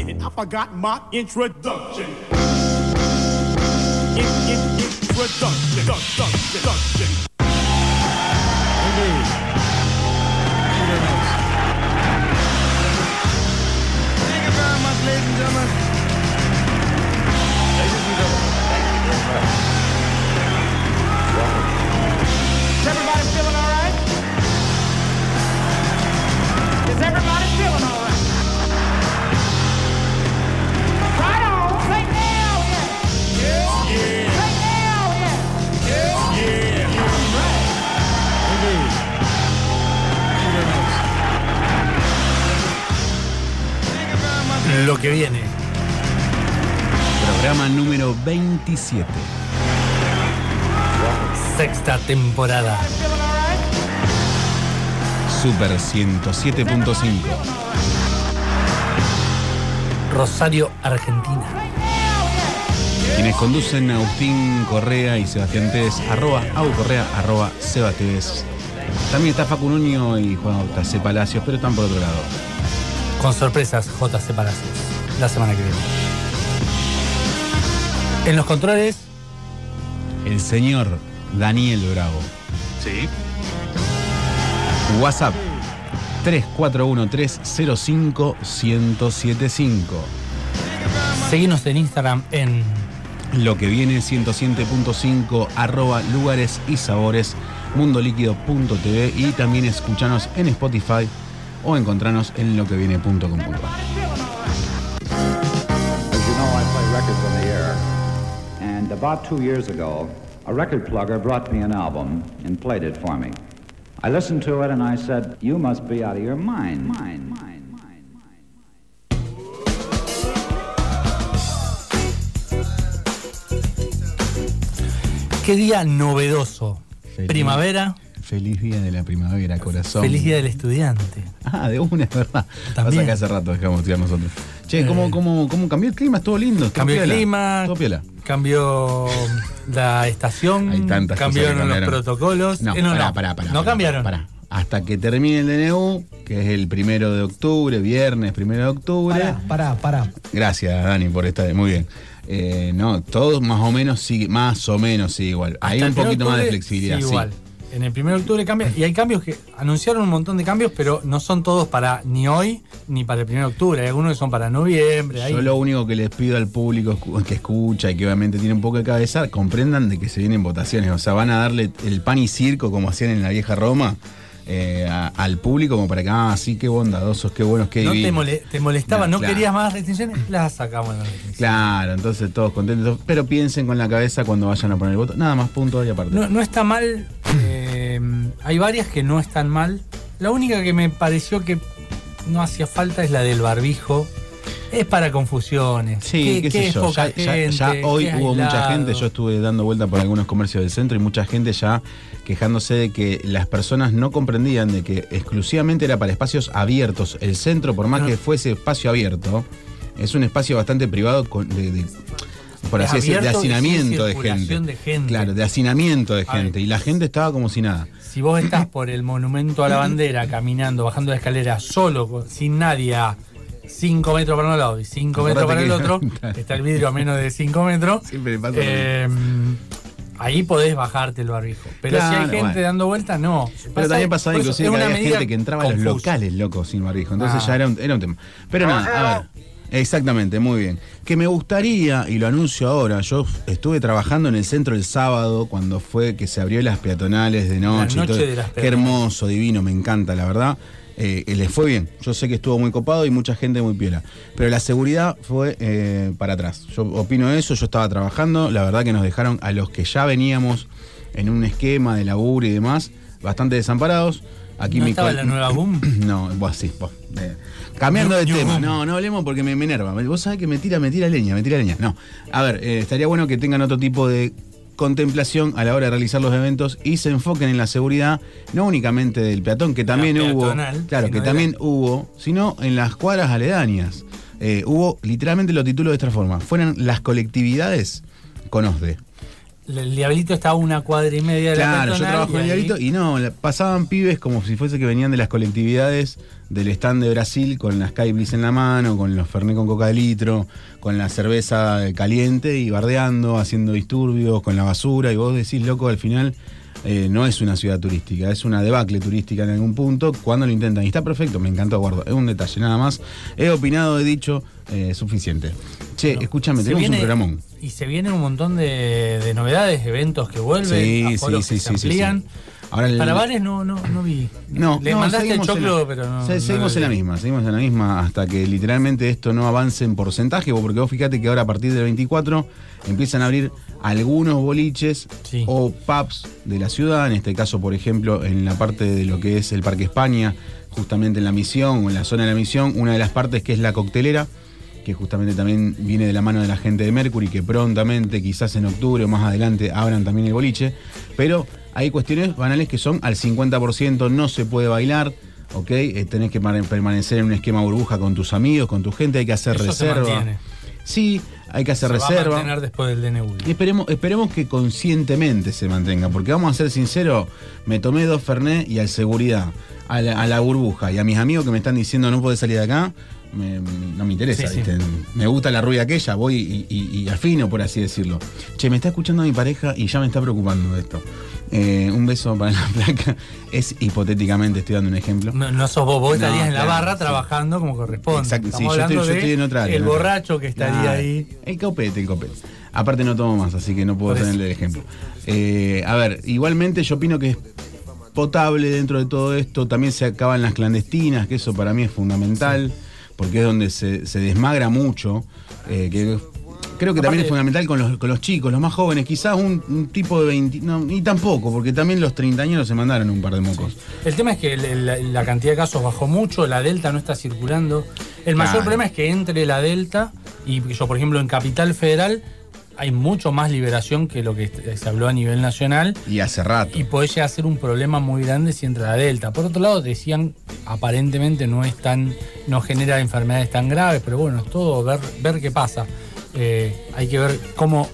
in. I forgot my introduction. Introduction. Indeed. Thank you very much, ladies and gentlemen. Ladies and gentlemen, thank you very much. Welcome. Is everybody feeling all right? Is everybody feeling all right? Right on. Say now, yeah. Yeah. Say now, yeah. Yeah. Right. Indeed. Thank you very much. Lo que viene. Programa número 27. Sexta temporada. Feeling all right? Super 107.5. Rosario, Argentina. Say now, yeah. Quienes conducen Agustín Correa y Sebastián Tevez, @AuCorrea, @SebaTevez. También está Facu Nuño y JC Palacios, pero están por otro lado. Con sorpresas, JC Palacios. La semana que viene. En los controles, El señor Daniel Bravo. sí. WhatsApp 3413051075. Seguinos en Instagram en Lo que viene 107.5 @lugares y sabores mundoliquido.tv y también escuchanos en Spotify o encontranos en loqueviene.com.ar. As you know, I play records on the air. And about 2 years ago, a record plugger brought me an album and played it for me. I listened to it and I said, you must be out of your mind. qué día novedoso. Feliz. Primavera, Feliz día de la primavera, corazón. feliz día del estudiante. Ah, de una, es verdad. También. Pasa que hace rato dejamos de estudiar nosotros. Che, ¿cómo cambió el clima? Estuvo lindo. estuvo Cambió el piola, clima, estuvo piola. cambió la estación, Hay tantas cosas que cambiaron los cambiaron. protocolos. No, pará. No cambiaron. Pará. Hasta que termine el DNU, que es el 1 de octubre, viernes 1 de octubre. Pará. Gracias, Dani, por estar muy bien. No, todo más o menos sigue igual. Hay Hasta un el 1 poquito más de octubre flexibilidad, sigue sí. igual. En el 1 de octubre cambia, y hay cambios que anunciaron un montón de cambios, pero no son todos para ni hoy ni para el 1 de octubre. Hay algunos que son para noviembre. Yo lo único que les pido al público que escucha y que obviamente tiene un poco de cabeza, comprendan de que se vienen votaciones. O sea, van a darle el pan y circo como hacían en la vieja Roma al público como para que, sí, qué bondadosos, qué buenos, qué No divinos. te molestaba, no claro. querías más restricciones, las sacamos las restricciones. Claro, entonces todos contentos. Pero piensen con la cabeza cuando vayan a poner el voto. Nada más, punto y aparte. No está mal, hay varias que no están mal. La única que me pareció que no hacía falta es la del barbijo. Es para confusiones. Sí, qué sé es yo. poca Ya gente, hoy qué es hubo mucha aislado. gente. Yo estuve dando vuelta por algunos comercios del centro y mucha gente ya quejándose de que las personas no comprendían de que exclusivamente era para espacios abiertos. El centro, por más que fuese espacio abierto, es un espacio bastante privado por así decir, de abierto y sin hacinamiento de circulación gente. de gente. Claro, de hacinamiento de A ver. gente. Y la gente estaba como si nada. Si vos estás por el monumento a la bandera, caminando, bajando la escalera, solo, sin nadie a 5 metros para un lado y 5 metros para el otro, Claro. está el vidrio a menos de 5 metros, Siempre pasa lo mismo. ahí podés bajarte el barbijo. Pero Claro, si hay gente bueno. dando vuelta, no. Pero también pasaba por eso inclusive es que una había medida gente que entraba a los confusa. locales, locos, sin barbijo. Entonces Ah. ya era un tema. Pero nada, a ver. Exactamente, muy bien. Que me gustaría, y lo anuncio ahora, yo estuve trabajando en el centro el sábado, cuando fue que se abrió las peatonales de noche. La y todo. noche de las Qué peatonales. hermoso, divino, me encanta, la verdad. Les fue bien. Yo sé que estuvo muy copado y mucha gente muy piola. Pero la seguridad fue para atrás. Yo opino eso, yo estaba trabajando. La verdad que nos dejaron a los que ya veníamos en un esquema de laburo y demás, bastante desamparados. Aquí ¿No estaba la nueva boom? No, vos sí, vos. Cambiando de New tema, boom. no hablemos porque me enerva. Vos sabés que me tira leña. No, a ver, estaría bueno que tengan otro tipo de contemplación a la hora de realizar los eventos y se enfoquen en la seguridad, no únicamente del peatón, que también hubo, peatonal, claro, sino que de también hubo, sino en las cuadras aledañas. Hubo, literalmente lo titulo de esta forma, fueron las colectividades con OSDE. el Diablito está a 1,5 cuadras de la Claro, yo peatonal, trabajo en el ahí- Diablito y no, pasaban pibes como si fuese que venían de las colectividades del stand de Brasil con las Sky Bliss en la mano, con los Fernet con coca de litro, con la cerveza caliente y bardeando, haciendo disturbios, con la basura, y vos decís, loco, al final no es una ciudad turística, es una debacle turística en algún punto cuando lo intentan. Y está perfecto, me encantó, Guardo, es un detalle nada más. He opinado, he dicho, suficiente. Che, escúchame, Se tenemos un viene- programón. Y se vienen un montón de novedades, eventos que vuelven, Sí, aforos sí, que sí, se sí, amplían. sí. Ahora el- Para bares no vi. No, Le no, mandaste el seguimos en choclo, la- pero no. seguimos no en la misma hasta que literalmente esto no avance en porcentaje, porque vos fíjate que ahora a partir del 24 empiezan a abrir algunos boliches Sí. o pubs de la ciudad, en este caso, por ejemplo, en la parte de lo que es el Parque España, justamente en la Misión o en la zona de la Misión, una de las partes que es la coctelera, que justamente también viene de la mano de la gente de Mercury, que prontamente, quizás en octubre o más adelante, abran también el boliche, pero hay cuestiones banales que son al 50%, no se puede bailar, ¿ok? Tenés que permanecer en un esquema burbuja con tus amigos, con tu gente, hay que hacer Eso se reserva. mantiene. Sí, hay que hacer Se va a reserva. mantener después del DNU. Y esperemos que conscientemente se mantenga, porque vamos a ser sinceros, me tomé 2 Fernet y al seguridad, a la burbuja y a mis amigos que me están diciendo no podés salir de acá, no me interesa, Sí, sí. ¿viste? Me gusta la rubia aquella, voy y afino, por así decirlo. Che, me está escuchando mi pareja y ya me está preocupando esto. Un beso para la placa. Es hipotéticamente, estoy dando un ejemplo. No sos vos No, estarías en la claro, barra sí. trabajando como corresponde. Exacto, Estamos sí, yo hablando estoy de en otra área. el en otra área. borracho que estaría Nah, ahí. El copete. Aparte no tomo más, así que no puedo Por eso. tenerle el ejemplo. A ver, igualmente yo opino que es potable dentro de todo esto. También se acaban las clandestinas, que eso para mí es fundamental, porque es donde se desmagra mucho. Que creo que también Aparte- es fundamental con los chicos, los más jóvenes. Quizás un tipo de 20, no, ni tampoco, porque también los 30 años se mandaron un par de mocos. El tema es que la cantidad de casos bajó mucho, la Delta no está circulando. El mayor Claro. problema es que entre la Delta y yo, por ejemplo, en Capital Federal hay mucho más liberación que lo que se habló a nivel nacional Y hace rato. y puede llegar a ser un problema muy grande si entra la Delta. Por otro lado, decían, aparentemente no genera enfermedades tan graves, pero bueno, es todo ver qué pasa. Hay que ver cómo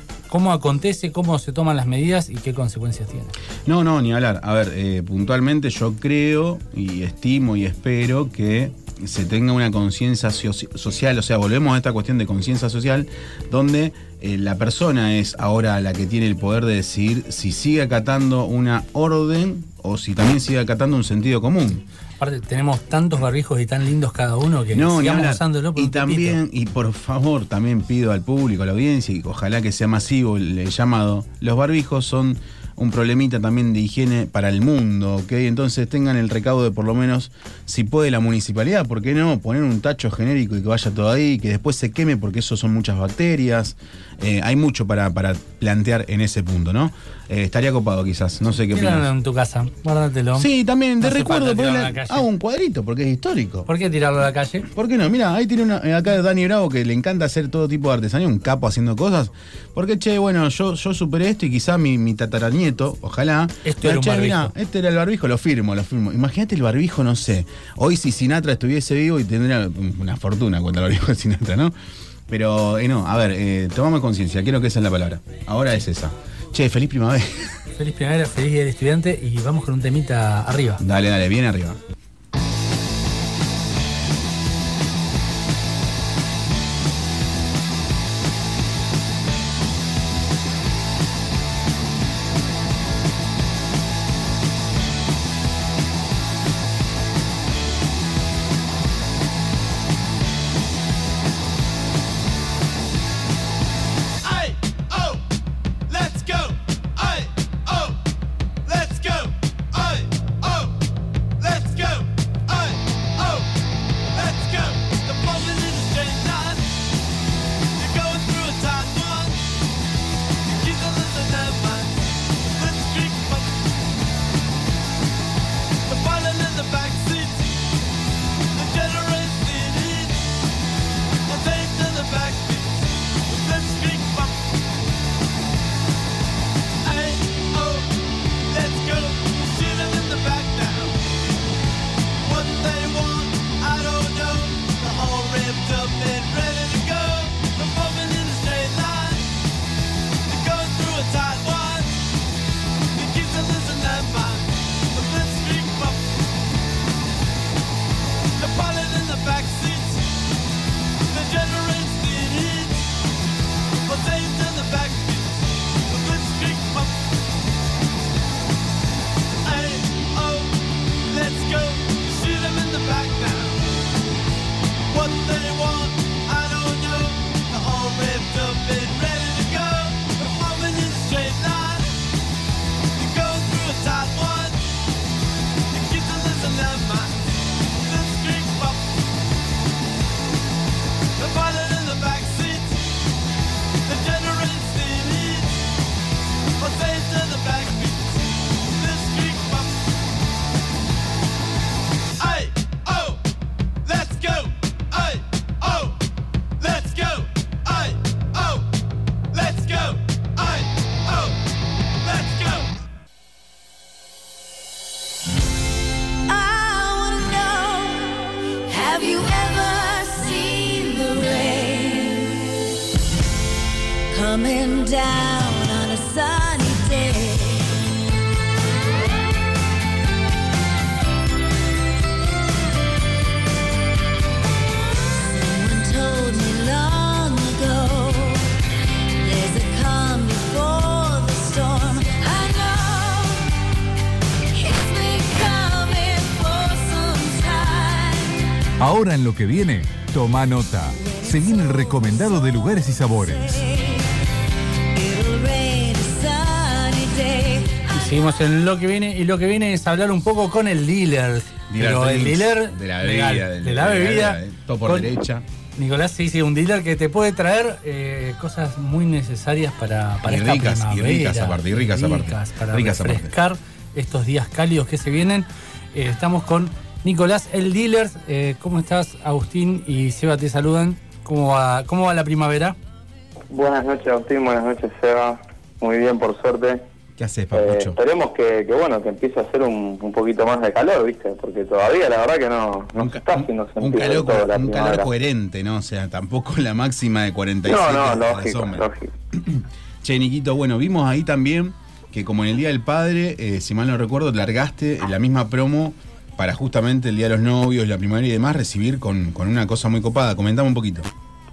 acontece, cómo se toman las medidas y qué consecuencias tiene. No, ni hablar. A ver, puntualmente yo creo y estimo y espero que se tenga una conciencia social, o sea, volvemos a esta cuestión de conciencia social, donde la persona es ahora la que tiene el poder de decidir si sigue acatando una orden o si también sigue acatando un sentido común. Aparte, tenemos tantos barbijos y tan lindos cada uno que No, ni sigamos hablar. usándolo por Y un tiempito. también, y por favor, también pido al público, a la audiencia, y ojalá que sea masivo el llamado, los barbijos son un problemita también de higiene para el mundo, ¿ok? Entonces tengan el recaudo de por lo menos, si puede la municipalidad, ¿por qué no? Poner un tacho genérico y que vaya todo ahí, que después se queme porque eso son muchas bacterias. Hay mucho para plantear en ese punto, ¿no? Estaría copado quizás, no sé qué Tíralo opinas. en tu casa, guárdatelo. Sí, también, de No hace recuerdo, falta tirarlo ponele- a la calle. hago un cuadrito porque es histórico. ¿Por qué tirarlo a la calle? ¿Por qué no? Mira, ahí tiene acá Dani Bravo que le encanta hacer todo tipo de artesanía, un capo haciendo cosas. Porque, che, bueno, yo superé esto y quizá mi tataranieto, ojalá. Esto era un barbijo. Mirá, este era el barbijo, lo firmo. Imagínate el barbijo, no sé. Hoy si Sinatra estuviese vivo y tendría una fortuna cuando el barbijo de Sinatra, ¿no? Pero, no, a ver, tomamos conciencia, quiero que esa es la palabra. Ahora es esa. Che, feliz primavera. Feliz primavera, feliz día del estudiante y vamos con un temita arriba. Dale, bien arriba. Ay, oh, let's go. Ay, oh, let's go. Ay, oh, let's go. coming down on a sunny day. Someone told me long ago, there's a calm before the storm. I know it's been coming for some time. Ahora en lo que viene, toma nota. Se viene el recomendado de lugares y sabores. It'll rain a sunny day. Y seguimos en lo que viene, y lo que viene es hablar un poco con el dealer. Pero el dealer de la bebida, legal, de la bebida. Todo por derecha. Nicolás, sí, un dealer que te puede traer cosas muy necesarias para Y esta ricas, primavera. y ricas aparte, Para ricas aparte. refrescar estos días cálidos que se vienen. Estamos con Nicolás, el dealer. ¿Cómo estás? Agustín y Seba te saludan. ¿Cómo va la primavera? Buenas noches, Agustín. Buenas noches, Seba. Muy bien, por suerte. ¿Qué haces, Papucho? Esperemos que empiece a hacer un poquito más de calor, ¿viste? Porque todavía la verdad que no se está haciendo un sentido calor, un calor coherente, ¿no? O sea, tampoco la máxima de 47 No, a la lógico, sombra. lógico. Che, Niquito, bueno, vimos ahí también que como en el Día del Padre, si mal no recuerdo, largaste la misma promo para justamente el Día de los Novios, la primavera y demás, recibir con una cosa muy copada. Comentame un poquito.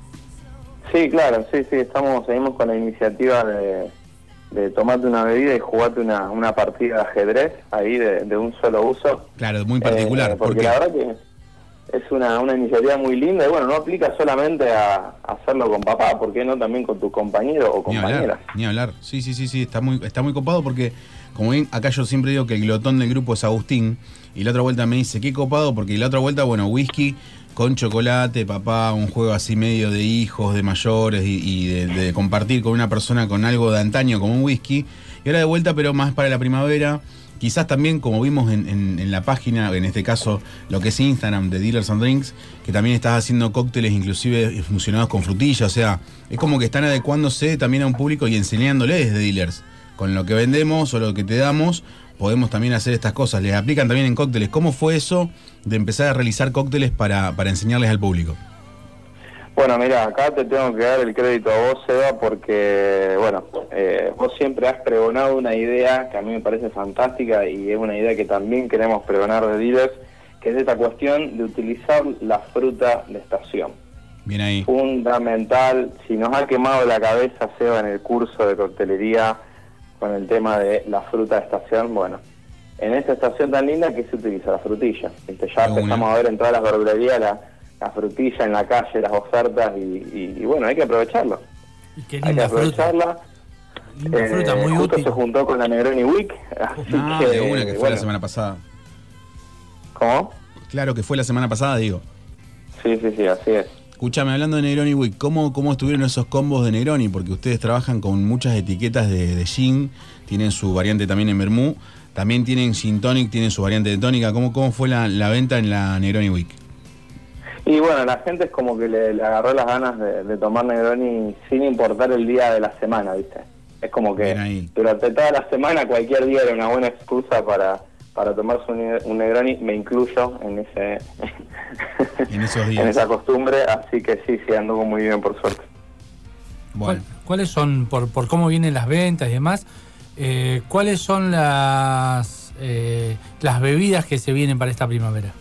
Sí, claro, sí, seguimos con la iniciativa de tomarte una bebida y jugarte una partida de ajedrez ahí de un solo uso. Claro, muy particular. Porque la verdad que es una iniciativa muy linda y bueno, no aplica solamente a hacerlo con papá, ¿por qué no también con tu compañero o compañera? Ni hablar. Sí, está muy copado porque, como ven, acá yo siempre digo que el glotón del grupo es Agustín y la otra vuelta me dice, qué copado, porque la otra vuelta, bueno, whisky con chocolate, papá, un juego así medio de hijos, de mayores y de compartir con una persona con algo de antaño como un whisky. Y ahora de vuelta, pero más para la primavera. Quizás también, como vimos en la página, en este caso lo que es Instagram de Dealers and Drinks, que también estás haciendo cócteles inclusive funcionados con frutilla, o sea, es como que están adecuándose también a un público y enseñándoles de dealers. Con lo que vendemos o lo que te damos, podemos también hacer estas cosas. Les aplican también en cócteles. ¿Cómo fue eso de empezar a realizar cócteles para enseñarles al público? Bueno, mira, acá te tengo que dar el crédito a vos, Seba, porque, bueno, vos siempre has pregonado una idea que a mí me parece fantástica y es una idea que también queremos pregonar de dealers, que es esta cuestión de utilizar la fruta de estación. Bien ahí. Fundamental. Si nos ha quemado la cabeza, Seba, en el curso de coctelería con el tema de la fruta de estación, bueno, en esta estación tan linda que se utiliza la frutilla. Ya empezamos a ver en todas las verdulerías la frutilla en la calle, las ofertas y bueno, hay que aprovecharlo. Y qué Hay que linda aprovecharla. fruta, muy justo útil. se juntó con la Negroni Week, así que... De una que fue bueno. la semana pasada. ¿Cómo? Claro que fue la semana pasada, digo. Sí, así es. Escúchame, hablando de Negroni Week, ¿cómo estuvieron esos combos de Negroni? Porque ustedes trabajan con muchas etiquetas de gin, tienen su variante también en vermú, también tienen gin tonic, tienen su variante de tónica. ¿Cómo fue la venta en la Negroni Week? Y bueno, la gente es como que le agarró las ganas de tomar Negroni sin importar el día de la semana, ¿viste? Es como que durante toda la semana cualquier día era una buena excusa para tomarse un Negroni, me incluyo en esos días. en esa costumbre, así que sí, anduvo muy bien por suerte. Bueno. ¿Cuáles son, por cómo vienen las ventas y demás, cuáles son las bebidas que se vienen para esta primavera?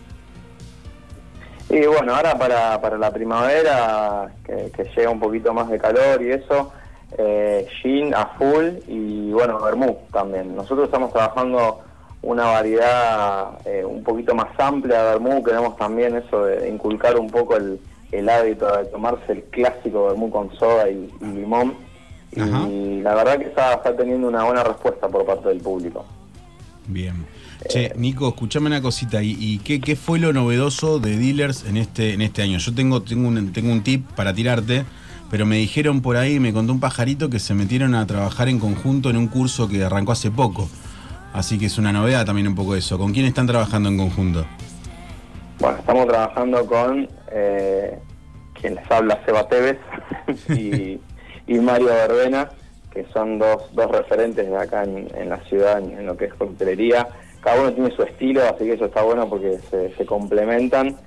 Y bueno, ahora para la primavera, que llega un poquito más de calor y eso, gin a full y bueno, vermú también. Nosotros estamos trabajando una variedad un poquito más amplia de vermú, queremos también eso de inculcar un poco el hábito de tomarse el clásico vermú con soda y limón. Ajá. Y la verdad que está teniendo una buena respuesta por parte del público. Bien. Che, Nico, escuchame una cosita, ¿y qué fue lo novedoso de Dealers en este año? Yo tengo un tip para tirarte, pero me dijeron por ahí, me contó un pajarito que se metieron a trabajar en conjunto en un curso que arrancó hace poco. Así que es una novedad también un poco eso. ¿Con quién están trabajando en conjunto? Bueno, estamos trabajando con quien les habla, Seba Tevez y Mario Verbena, que son dos referentes de acá en la ciudad, en lo que es coctelería. Cada uno tiene su estilo, así que eso está bueno porque se complementan.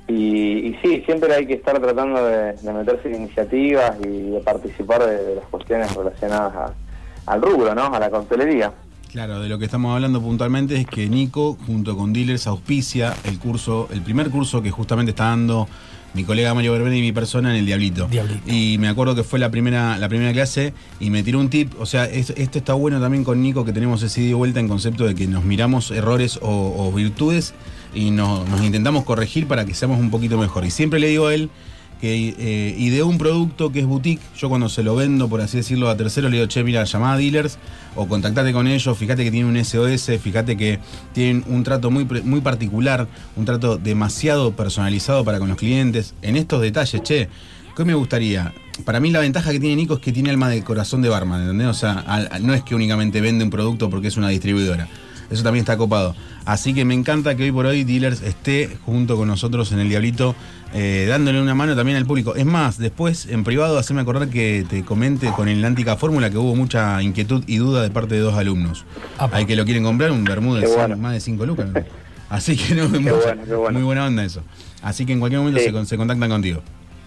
Y sí, siempre hay que estar tratando de meterse en iniciativas y de participar de las cuestiones relacionadas al rubro, ¿no? A la coctelería. Claro, de lo que estamos hablando puntualmente es que Nico, junto con Dealers, auspicia el primer curso que justamente está dando mi colega Mario Berbene y mi persona en el Diablito. Y me acuerdo que fue la primera clase y me tiró un tip. O sea, esto está bueno también con Nico, que tenemos ese ida y vuelta en concepto de que nos miramos errores o virtudes y nos intentamos corregir para que seamos un poquito mejor. Y siempre le digo a él que ideó un producto que es boutique. Yo cuando se lo vendo, por así decirlo, a terceros, le digo, che, mira, llamá a Dealers o contactate con ellos, fíjate que tienen un SOS, fíjate que tienen un trato muy particular, un trato demasiado personalizado para con los clientes. En estos detalles, che, ¿qué me gustaría? Para mí la ventaja que tiene Nico es que tiene alma de corazón de barman, ¿entendés? O sea, no es que únicamente vende un producto porque es una distribuidora. Eso también está copado. Así que me encanta que hoy por hoy Dealers esté junto con nosotros en el Diablito, dándole una mano también al público. Es más, después en privado haceme acordar que te comente con el Antica Fórmula que hubo mucha inquietud y duda de parte de 2 alumnos. Hay que lo quieren comprar, un Bermúdez más de 5 lucas, ¿no? Así que no, muy buena onda eso. Así que en cualquier momento se contactan contigo.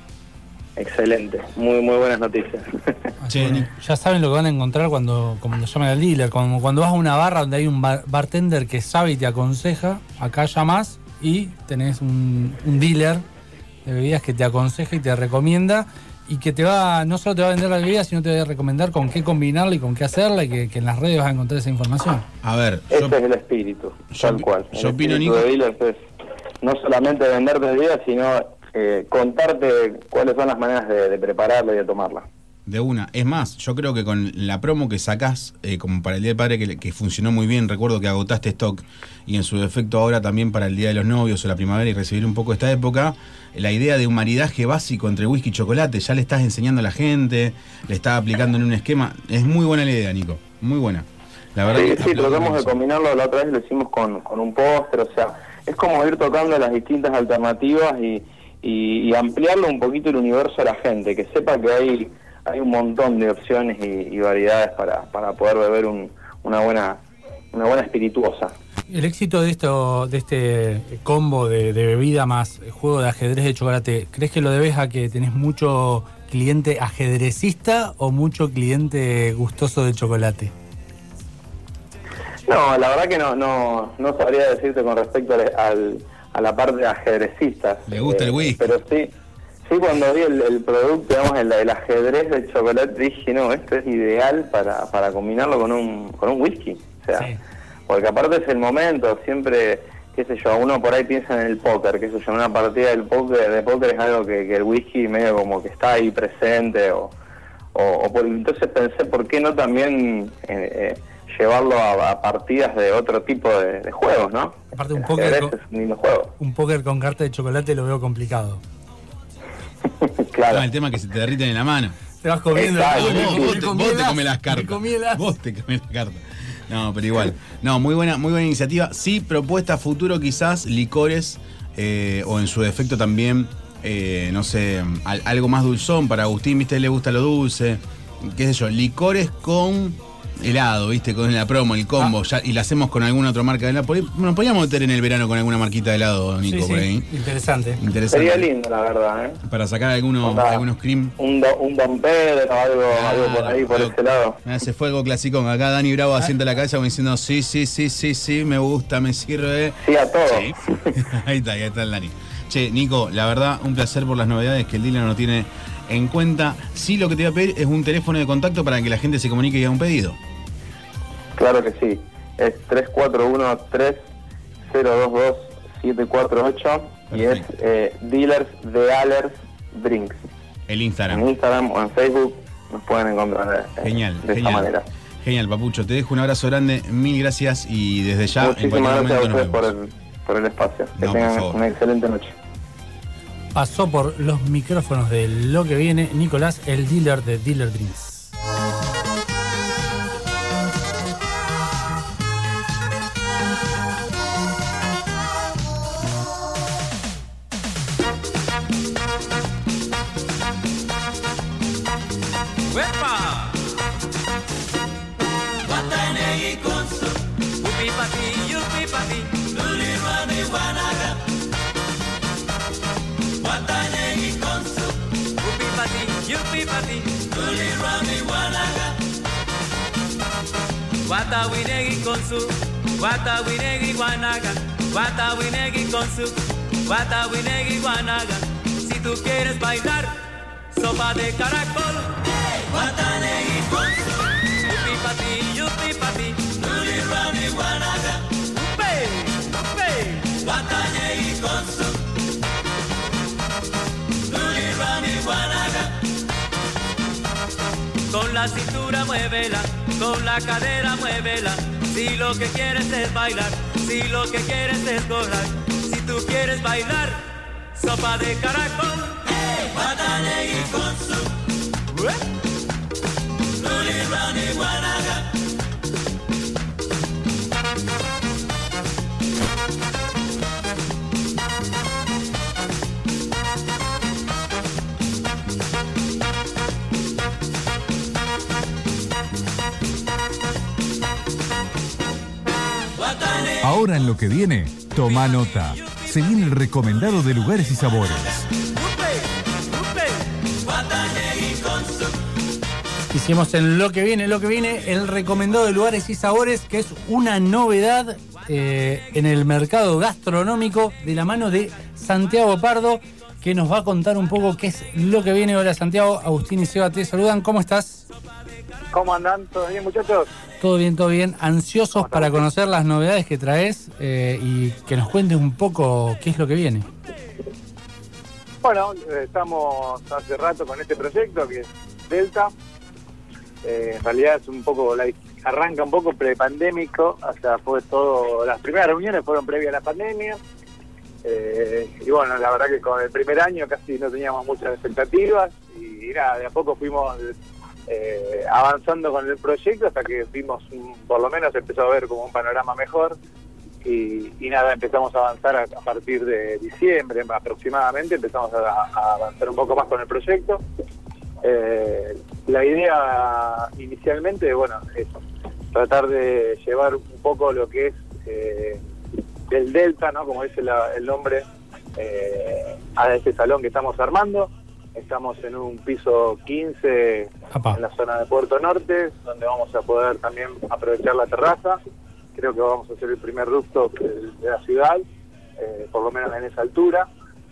Excelente, muy buenas noticias. Ya saben lo que van a encontrar cuando llamen al dealer. Cuando vas a una barra donde hay un bartender que sabe y te aconseja, acá llamás y tenés un dealer de bebidas que te aconseja y te recomienda, y que no solo te va a vender la bebida, sino te va a recomendar con qué combinarla y con qué hacerla, y que en las redes vas a encontrar esa información. A ver, ese es el espíritu, tal cual. Yo opino, Nico, de dealers es no solamente venderte bebidas, sino contarte cuáles son las maneras de prepararla y de tomarla. De una. Es más, yo creo que con la promo que sacás, como para el Día del Padre, que funcionó muy bien, recuerdo que agotaste stock, y en su defecto ahora también para el Día de los Novios o la primavera y recibir un poco esta época, la idea de un maridaje básico entre whisky y chocolate, ya le estás enseñando a la gente, le estás aplicando en un esquema. Es muy buena la idea, Nico, muy buena. La verdad sí, tratamos de combinarlo, la otra vez lo hicimos con un póster, o sea, es como ir tocando las distintas alternativas y ampliarlo un poquito el universo a la gente, que sepa que hay un montón de opciones y variedades para poder beber una buena espirituosa. El éxito de este combo de bebida más juego de ajedrez de chocolate, ¿crees que lo debes a que tenés mucho cliente ajedrecista o mucho cliente gustoso de chocolate? No, la verdad que no sabría decirte con respecto a la parte de ajedrecistas. ¿Le gusta el whisky? Pero sí, cuando vi el producto, digamos, el ajedrez de chocolate, dije, no, esto es ideal para combinarlo con un whisky. O sea, porque aparte es el momento, siempre, qué sé yo, uno por ahí piensa en el póker, qué sé yo, una partida de póker es algo que el whisky medio como que está ahí presente, entonces pensé, ¿por qué no también llevarlo a partidas de otro tipo de juegos, ¿no? Aparte es un lindo juego. Un póker con carta de chocolate lo veo complicado. Claro. No, el tema es que se te derriten en la mano. Te vas comiendo. Vos te comés las cartas. Vos te comés las cartas. No, pero igual. No, muy buena iniciativa. Sí, propuesta futuro quizás, licores, o en su defecto también, no sé, algo más dulzón. Para Agustín, viste, le gusta lo dulce. Qué sé yo, licores con helado, viste, con la promo, el combo, y la hacemos con alguna otra marca de helado. Nos podríamos meter en el verano con alguna marquita de helado, Nico, por ahí. Interesante. Sería lindo, la verdad, para sacar algunos cream. Un Don Pedro, algo por ahí, por ese lado. Se fue algo clásico. Acá Dani Bravo asienta la cabeza como diciendo, sí, me gusta, me sirve. Sí, a todo. Sí. Ahí está el Dani. Che, Nico, la verdad, un placer por las novedades que el dealer no tiene en cuenta. Sí, lo que te voy a pedir es un teléfono de contacto para que la gente se comunique y haga un pedido. Claro que sí, es 341-3022-748 y es Dealers de Allers Drinks. El Instagram. En Instagram o en Facebook nos pueden encontrar de esta manera. Genial, Papucho, te dejo un abrazo grande, mil gracias y desde ya muchísimas gracias a ustedes por el espacio. Que tengan una excelente noche. Pasó por los micrófonos de Lo que Viene Nicolás, el dealer de Dealer Drinks. pati, yupi pati, Nuli Rami Wanaga. Wata winegi konsu, wata winegi wanaga, wata winegi konsu, wata winegi wanaga. Si tú quieres bailar sopa de caracol, wata negi konsu, yupi pati, Nuli Rami Wanaga. Wata negi konsu, Nuli Rami Wanaga. Con la cintura muévela, con la cadera muévela. Si lo que quieres es bailar, si lo que quieres es gozar, si tú quieres bailar sopa de caracol, Watane y Konsu, Nuli Rani Wanaga. Ahora en lo que viene, toma nota. Se viene el recomendado de lugares y sabores. Hicimos en lo que viene, el recomendado de lugares y sabores, que es una novedad en el mercado gastronómico de la mano de Santiago Pardo, que nos va a contar un poco qué es lo que viene. Hola Santiago, Agustín y Seba te saludan, ¿cómo estás? ¿Cómo andan? ¿Todo bien, muchachos? Todo bien. Ansiosos para conocer las novedades que traes y que nos cuentes un poco qué es lo que viene. Bueno, estamos hace rato con este proyecto que es Delta. En realidad es un poco, arranca un poco prepandémico, o sea, fue todo, las primeras reuniones fueron previas a la pandemia. Y bueno, la verdad que con el primer año casi no teníamos muchas expectativas y nada, de a poco fuimos avanzando con el proyecto hasta que vimos, por lo menos empezó a ver como un panorama mejor y nada, empezamos a avanzar a partir de diciembre aproximadamente, empezamos a avanzar un poco más con el proyecto. La idea inicialmente, bueno, es tratar de llevar un poco lo que es del Delta, ¿no? Como dice el nombre, a este salón que estamos armando. Estamos en un piso 15 en la zona de Puerto Norte, donde vamos a poder también aprovechar la terraza. Creo que vamos a hacer el primer rooftop de la ciudad, por lo menos en esa altura.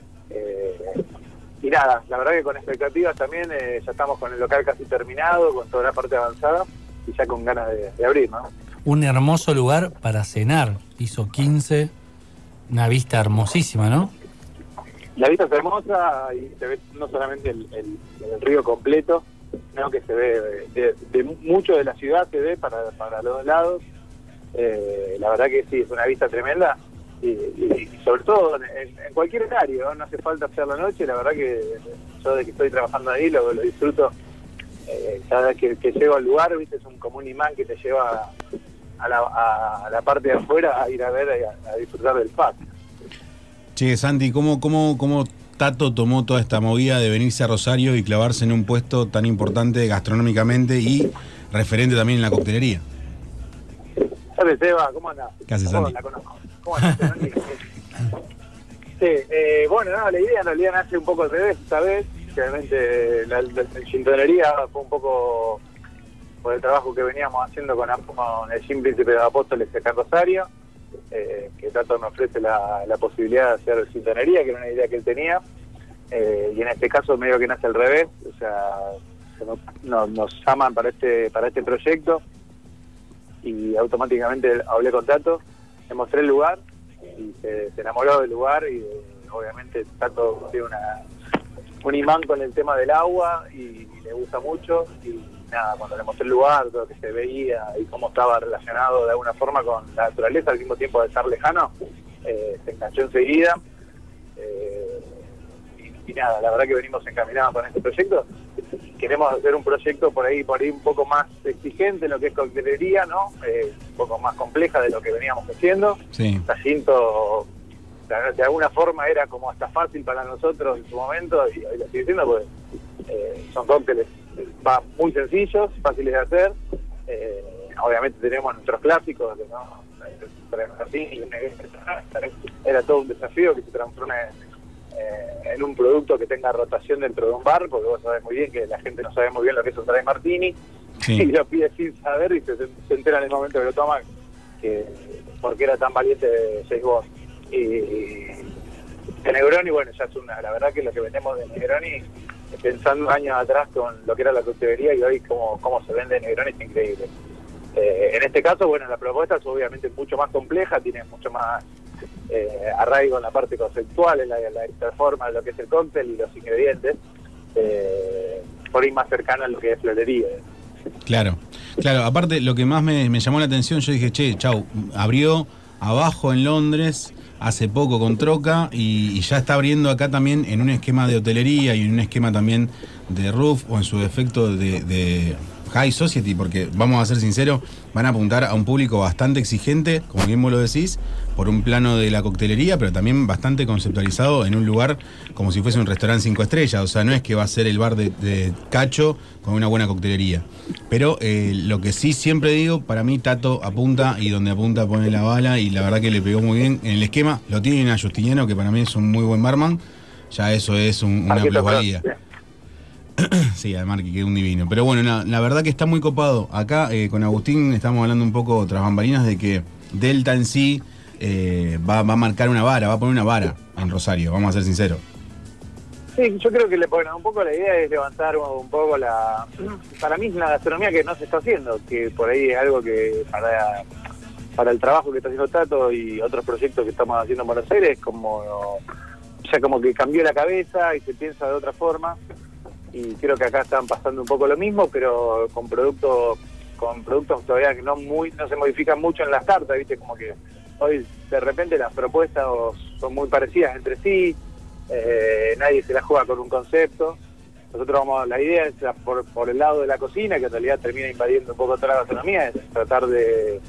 Y nada, la verdad que con expectativas también, ya estamos con el local casi terminado, con toda la parte avanzada y ya con ganas de abrir, ¿no? Un hermoso lugar para cenar, piso 15, una vista hermosísima, ¿no? La vista es hermosa y se ve no solamente el río completo, sino que se ve de mucho de la ciudad, se ve para los dos lados. La verdad que sí, es una vista tremenda y sobre todo en cualquier horario, no hace falta hacer la noche. La verdad que yo de que estoy trabajando ahí lo disfruto. Cada vez que llego al lugar, viste, es como un imán que te lleva a la parte de afuera a ir a ver, a disfrutar del parque. Che, Santi, ¿cómo Tato tomó toda esta movida de venirse a Rosario y clavarse en un puesto tan importante gastronómicamente y referente también en la coctelería? ¿Sabes, Seba? ¿Cómo andás? ¿Qué haces, Santi? La conozco. ¿Cómo andás, Santi? Sí, bueno, no, la idea en realidad nace un poco al revés esta vez. Realmente la gintonería fue un poco por el trabajo que veníamos haciendo con el Gin Príncipe de Apóstoles acá en Rosario. Que Tato me ofrece la posibilidad de hacer gintonería, que era una idea que él tenía, y en este caso medio que nace al revés, o sea, nos llaman para este proyecto y automáticamente hablé con Tato, le mostré el lugar y se enamoró del lugar y obviamente Tato tiene un imán con el tema del agua y le gusta mucho y nada, cuando le mostré el lugar, todo lo que se veía y cómo estaba relacionado de alguna forma con la naturaleza al mismo tiempo de estar lejano, se enganchó enseguida. Y nada, la verdad que venimos encaminados con este proyecto. Queremos hacer un proyecto por ahí un poco más exigente en lo que es coctelería, ¿no? Un poco más compleja de lo que veníamos haciendo. Sí. La Ginto, de alguna forma era como hasta fácil para nosotros en su momento y hoy lo estoy diciendo porque son cócteles muy sencillos, fáciles de hacer. Obviamente tenemos nuestros clásicos, ¿no? Era todo un desafío que se transforma en un producto que tenga rotación dentro de un bar, porque vos sabés muy bien que la gente no sabe muy bien lo que es un dry martini, Sí. y lo pide sin saber y se entera en el momento que lo toma que porque era tan valiente James Bond. Y de Negroni, bueno, ya es la verdad que lo que vendemos de Negroni, pensando años atrás con lo que era la coctelería y hoy cómo se vende Negroni, es increíble. En este caso, bueno, la propuesta es obviamente mucho más compleja, tiene mucho más arraigo en la parte conceptual, en la forma de lo que es el cóctel y los ingredientes, por ahí más cercano a lo que es florería. Claro, aparte lo que más me llamó la atención, yo dije, che, chau, abrió abajo en Londres hace poco con Troca y ya está abriendo acá también en un esquema de hotelería y en un esquema también de roof o en su defecto de high society, porque vamos a ser sinceros, van a apuntar a un público bastante exigente, como bien vos lo decís, por un plano de la coctelería, pero también bastante conceptualizado en un lugar como si fuese un restaurante 5 estrellas, o sea, no es que va a ser el bar de Cacho con una buena coctelería. Pero lo que sí siempre digo, para mí Tato apunta y donde apunta pone la bala, y la verdad que le pegó muy bien en el esquema. Lo tiene a Justiniano, que para mí es un muy buen barman, ya eso es una plusvalía. Sí, además que quedó un divino. Pero bueno, la verdad que está muy copado. Acá con Agustín estamos hablando un poco tras bambalinas de que Delta en sí va a marcar una vara, va a poner una vara en Rosario, vamos a ser sinceros. Sí, yo creo que un poco la idea es levantar un poco para mí es una gastronomía que no se está haciendo, que por ahí es algo que para el trabajo que está haciendo Tato y otros proyectos que estamos haciendo en Buenos Aires, como que cambió la cabeza y se piensa de otra forma. Y creo que acá están pasando un poco lo mismo, pero con productos todavía que no se modifican mucho en las cartas, ¿viste? Como que hoy de repente las propuestas son muy parecidas entre sí, nadie se la juega con un concepto. Nosotros la idea es por el lado de la cocina, que en realidad termina invadiendo un poco toda la gastronomía, es tratar de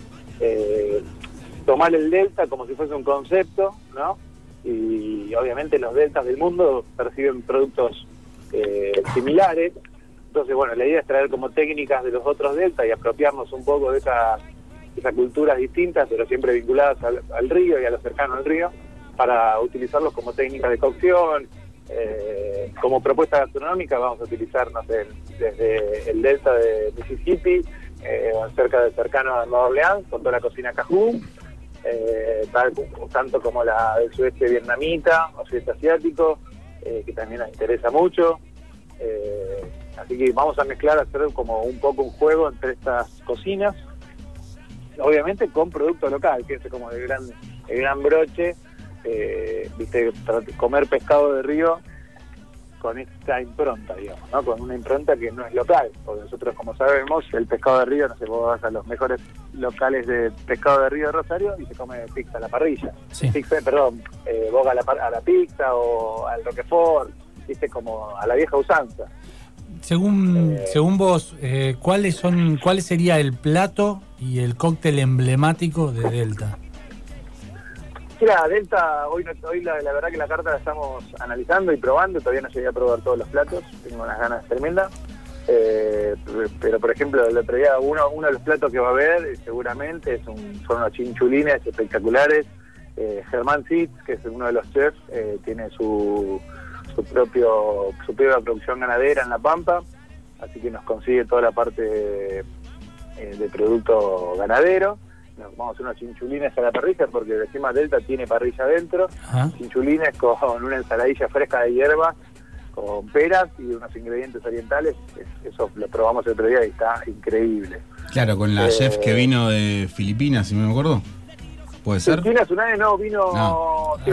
tomar el Delta como si fuese un concepto, ¿no? Y obviamente los deltas del mundo perciben productos similares. Entonces, bueno, la idea es traer como técnicas de los otros deltas y apropiarnos un poco de esas culturas distintas, pero siempre vinculadas al río y a lo cercano al río, para utilizarlos como técnicas de cocción. Como propuesta gastronómica vamos a utilizar, no sé, desde el delta de Mississippi, cercano a Nueva Orleans, con toda la cocina cajún, tanto como la del sudeste vietnamita o sudeste asiático, que también nos interesa mucho. Así que vamos a hacer como un poco un juego entre estas cocinas, obviamente con producto local, que es como el gran broche, viste, comer pescado de río con esta impronta, digamos, ¿no? Con una impronta que no es local, porque nosotros, como sabemos, el pescado de río, no sé, vos vas a los mejores locales de pescado de río de Rosario y se come pizza a la parrilla. Sí. Boga a la pizza o al Roquefort, viste, como a la vieja usanza. Según vos, ¿cuál sería el plato y el cóctel emblemático de Delta? Mira, Delta, hoy la verdad que la carta la estamos analizando y probando, todavía no llegué a probar todos los platos, tengo unas ganas tremendas, pero por ejemplo el otro día uno de los platos que va a haber seguramente son unos chinchulines espectaculares. Germán Sitz, que es uno de los chefs, tiene su propia producción ganadera en La Pampa, así que nos consigue toda la parte de producto ganadero. Nos vamos a hacer unos chinchulines a la parrilla, porque encima Delta tiene parrilla adentro. Ajá. Chinchulines con una ensaladilla fresca de hierbas, con peras y unos ingredientes orientales. Eso lo probamos el otro día y está increíble. Claro, con la chef que vino de Filipinas, si me acuerdo. ¿Puede ser? Filipinas Tsunade no, vino... No. Sí,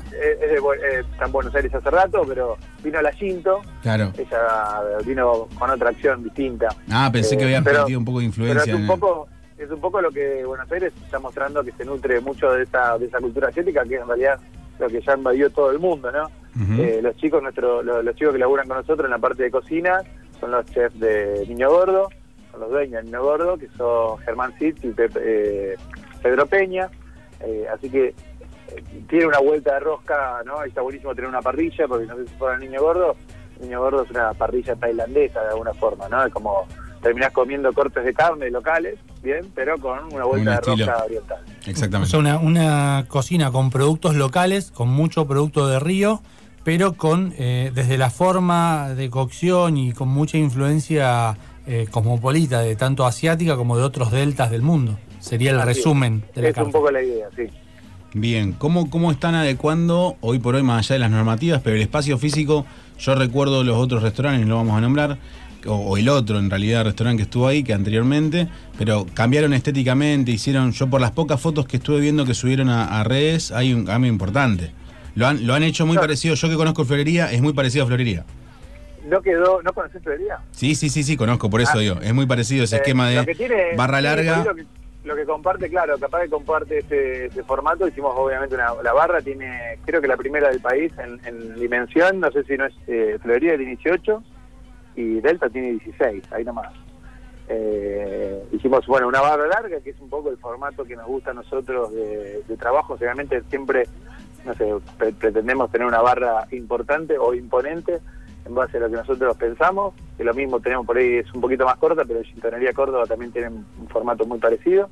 está en Buenos Aires hace rato, pero vino a la Shinto. Claro. Ella vino con otra acción distinta. Pensé que habían perdido un poco de influencia. Pero es un poco lo que Buenos Aires está mostrando, que se nutre mucho de esa cultura asiática, que es en realidad lo que ya invadió todo el mundo, ¿no? Uh-huh. Los chicos que laburan con nosotros en la parte de cocina son los chefs de Niño Gordo, son los dueños de Niño Gordo, que son Germán Sitz y Pedro Peña. Así que tiene una vuelta de rosca, ¿no? Y está buenísimo tener una parrilla, porque no sé si fuera Niño Gordo es una parrilla tailandesa de alguna forma, ¿no? Es como terminás comiendo cortes de carne locales, bien, pero con una vuelta de rosca oriental. Exactamente. O sea, una cocina con productos locales, con mucho producto de río, pero con desde la forma de cocción y con mucha influencia cosmopolita, de tanto asiática como de otros deltas del mundo. Sería el Así resumen de la es carta. un poco la idea, sí. Bien, ¿cómo están adecuando hoy por hoy, más allá de las normativas, pero el espacio físico? Yo recuerdo los otros restaurantes, lo vamos a nombrar, o el otro en realidad restaurante que estuvo ahí, que anteriormente, pero cambiaron estéticamente, yo por las pocas fotos que estuve viendo que subieron a redes, hay un cambio importante. Lo han hecho muy parecido, yo que conozco Florería, es muy parecido a Florería. ¿No conoces Florería? Sí, conozco, por eso digo, es muy parecido ese esquema de barra larga. Lo que comparte, claro, capaz que comparte ese formato. Hicimos obviamente la barra, tiene, creo que la primera del país en dimensión, no sé si no es Florería tiene 18 y Delta tiene 16, ahí nomás. Hicimos, una barra larga, que es un poco el formato que nos gusta a nosotros de trabajo. Obviamente siempre, no sé, pretendemos tener una barra importante o imponente en base a lo que nosotros pensamos, que lo mismo tenemos por ahí, es un poquito más corta, pero Gintonería Córdoba también tiene un formato muy parecido,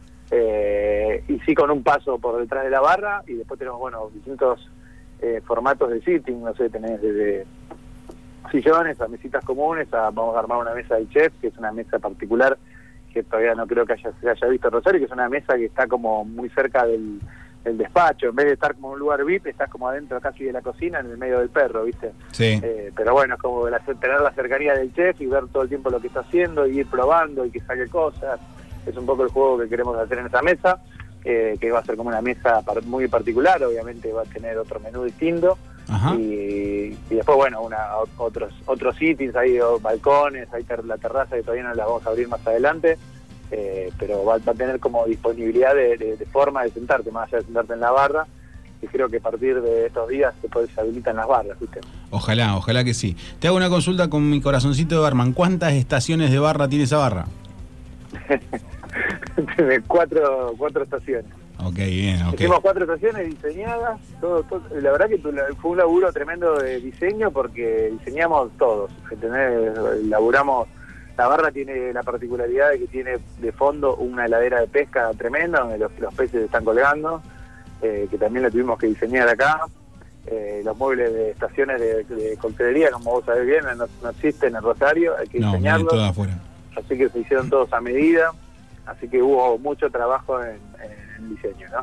y sí con un paso por detrás de la barra, y después tenemos, distintos formatos de sitting, no sé, tenés desde sillones a mesitas comunes, vamos a armar una mesa del chef, que es una mesa particular, que todavía no creo que se haya visto Rosario, que es una mesa que está como muy cerca del despacho, en vez de estar como en un lugar VIP, estás como adentro casi de la cocina, en el medio del perro, ¿viste? Sí. Pero es como tener la cercanía del chef y ver todo el tiempo lo que está haciendo, y ir probando y que saque cosas. Es un poco el juego que queremos hacer en esa mesa, que va a ser como una mesa muy particular, obviamente va a tener otro menú distinto. Ajá. Y después, otros sittings, hay balcones, hay la terraza que todavía no la vamos a abrir más adelante. Pero va a tener como disponibilidad de forma de sentarte, más allá de sentarte en la barra, y creo que a partir de estos días se habilitan las barras, ¿viste? Ojalá que sí. Te hago una consulta con mi corazoncito de barman. ¿Cuántas estaciones de barra tiene esa barra? Tiene cuatro estaciones. Ok, bien, ok. Hicimos 4 estaciones diseñadas, todo. La verdad que fue un laburo tremendo de diseño, porque diseñamos todos, ¿entendés? Laburamos. La barra tiene la particularidad de que tiene de fondo una heladera de pesca tremenda, donde los peces están colgando, que también la tuvimos que diseñar acá. Los muebles de estaciones de coctelería, como vos sabés bien, no existen en Rosario, hay que diseñarlos. No, todo afuera. Así que se hicieron todos a medida, así que hubo mucho trabajo en diseño, ¿no?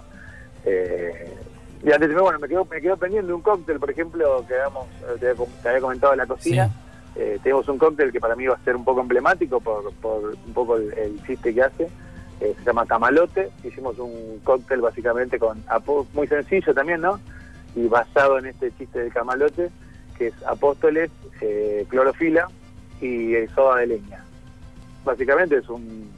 Y antes, me quedó pendiente un cóctel, por ejemplo, que te había comentado en la cocina. Sí. Tenemos un cóctel que para mí va a ser un poco emblemático por un poco el chiste que hace. Se llama Camalote. Hicimos un cóctel básicamente muy sencillo también, ¿no? Y basado en este chiste del camalote, que es Apóstoles, clorofila y soda de leña. Básicamente es un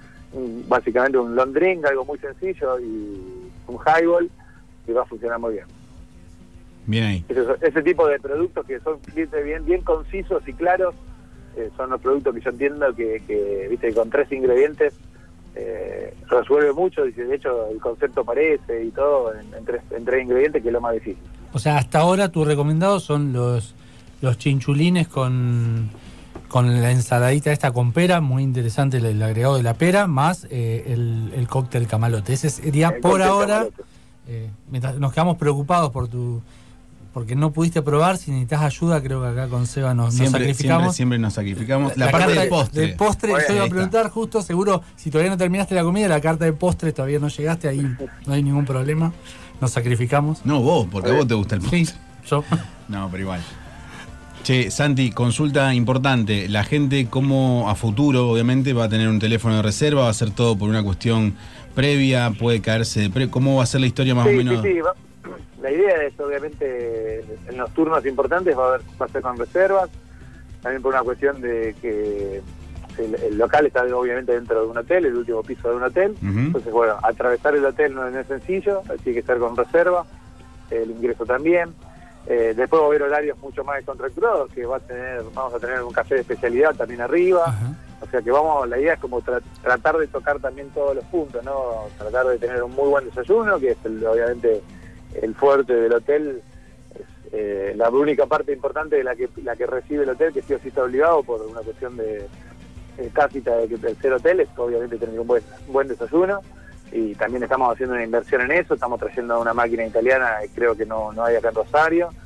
long drink, algo muy sencillo, y un highball, que va a funcionar muy bien. Bien ahí. Ese tipo de productos que son bien concisos y claros, son los productos que yo entiendo que viste, con 3 ingredientes resuelve mucho. Y de hecho el concepto parece y todo en 3 ingredientes, que es lo más difícil. O sea, hasta ahora tus recomendados son los chinchulines con la ensaladita esta con pera, muy interesante el agregado de la pera, más el cóctel camalote. Ese sería por ahora, mientras nos quedamos preocupados porque no pudiste probar. Si necesitas ayuda, creo que acá con Seba nos sacrificamos. Siempre nos sacrificamos. La parte del postre. Del postre, yo iba a preguntar justo, seguro, si todavía no terminaste la comida, la carta de postre todavía no llegaste, ahí no hay ningún problema. Nos sacrificamos. No, vos, porque a vos te gusta el postre. Sí, yo. No, pero igual. Che, Santi, consulta importante. La gente, ¿cómo a futuro, obviamente, va a tener un teléfono de reserva? ¿Va a ser todo por una cuestión previa? ¿Puede caerse de ¿Cómo va a ser la historia más o menos? Sí. La idea es, obviamente, en los turnos importantes va a ser con reservas, también por una cuestión de que el local está obviamente dentro de un hotel, el último piso de un hotel. Entonces, atravesar el hotel no es sencillo, tiene que estar con reserva, el ingreso también. Después va a haber horarios mucho más descontracturados, que vamos a tener un café de especialidad también arriba. Ajá. O sea que la idea es como tratar de tocar también todos los puntos, ¿no? Tratar de tener un muy buen desayuno, que es obviamente el fuerte del hotel. Es la única parte importante de la que recibe el hotel, que sí o sí está obligado por una cuestión de tácita del ser hotel, es obviamente tener un buen desayuno. Y también estamos haciendo una inversión en eso, estamos trayendo una máquina italiana que creo que no hay acá en Rosario,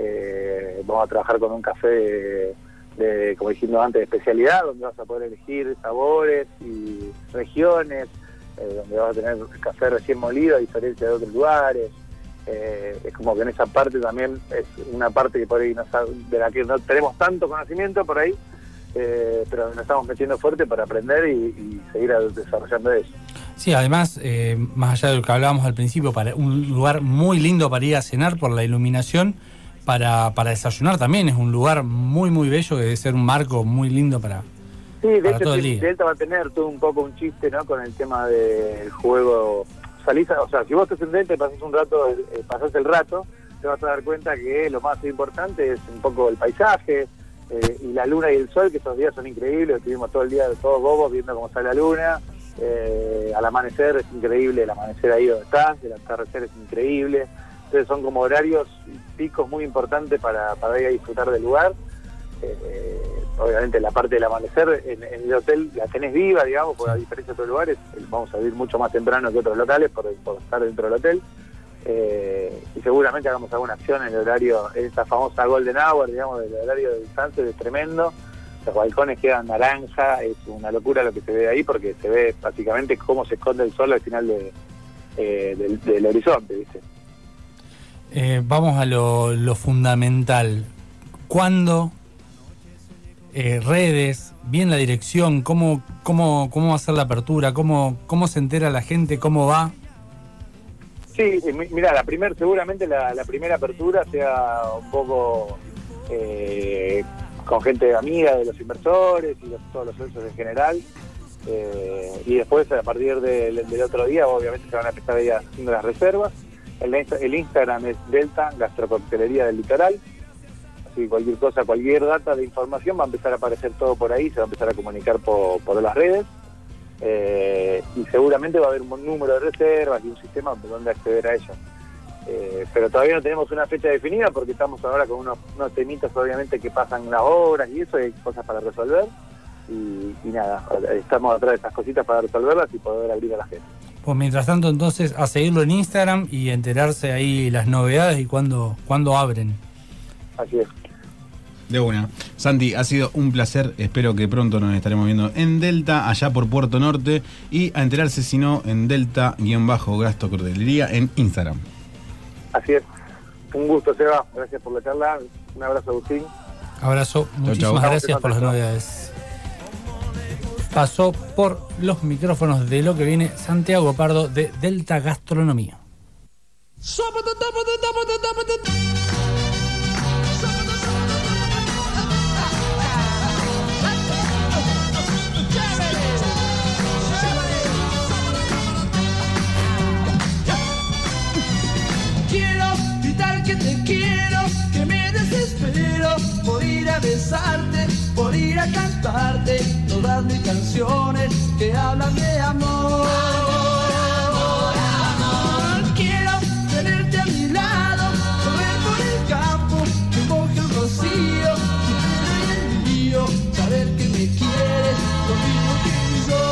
Vamos a trabajar con un café como dijimos antes, de especialidad, donde vas a poder elegir sabores y regiones, donde vas a tener café recién molido a diferencia de otros lugares. Es como que en esa parte también es una parte que por ahí de la que no tenemos tanto conocimiento por ahí, pero nos estamos metiendo fuerte para aprender y seguir desarrollando eso. Sí, además, más allá de lo que hablábamos al principio, para un lugar muy lindo para ir a cenar por la iluminación, para desayunar también es un lugar muy muy bello, que debe ser un marco muy lindo para todo el día. Delta va a tener todo un poco un chiste, ¿no? Con el tema del juego. O sea, si vos estás en Delta y pasás un rato, pasás el rato, te vas a dar cuenta que lo más importante es un poco el paisaje y la luna y el sol, que esos días son increíbles. Estuvimos todo el día todos bobos viendo cómo sale la luna. Al amanecer es increíble, el amanecer ahí donde estás, el atardecer es increíble. Entonces son como horarios picos muy importantes para ir a disfrutar del lugar. Obviamente la parte del amanecer en el hotel la tenés viva, digamos, porque a diferencia de otros lugares vamos a ir mucho más temprano que otros locales por estar dentro del hotel. Y seguramente hagamos alguna acción en el horario, en esta famosa Golden Hour, digamos, del horario del sunset, es tremendo. Los balcones quedan naranja, es una locura lo que se ve ahí, porque se ve básicamente cómo se esconde el sol al final del horizonte, ¿viste? Vamos a lo fundamental. ¿Cuándo? Redes, bien la dirección, cómo va a ser la apertura, cómo se entera la gente, cómo va. Sí, mira, seguramente la primera apertura sea un poco con gente amiga de los inversores y todos los socios en general. Y después, a partir del otro día, obviamente se van a empezar a ir haciendo las reservas. El Instagram es Delta Gastrococtelería del Litoral. Así que cualquier cosa, cualquier data de información va a empezar a aparecer todo por ahí, se va a empezar a comunicar por las redes. Y seguramente va a haber un número de reservas y un sistema donde acceder a ellas. Pero todavía no tenemos una fecha definida porque estamos ahora con unos temitas obviamente que pasan las horas y eso, y hay cosas para resolver. Y nada, estamos atrás de estas cositas para resolverlas y poder abrir a la gente. Pues mientras tanto, entonces, a seguirlo en Instagram y enterarse ahí las novedades y cuándo abren. Así es. De una. Santi, ha sido un placer. Espero que pronto nos estaremos viendo en Delta, allá por Puerto Norte. Y a enterarse, si no, en Delta-Gastrococtelería en Instagram. Así es. Un gusto, Seba. Gracias por la charla. Un abrazo, Agustín. Abrazo. Muchísimas gracias por las novedades. Pasó por los micrófonos de Lo que viene Santiago Pardo de Delta Gastronomía. Quiero gritar que te quiero, que me desespero por ir a besarte, por ir a cantarte todas mis canciones que hablan de amor. Quiero tenerte a mi lado, correr por el campo, que moje el rocío, tu pelo y el mío, saber que me quieres lo mismo que yo.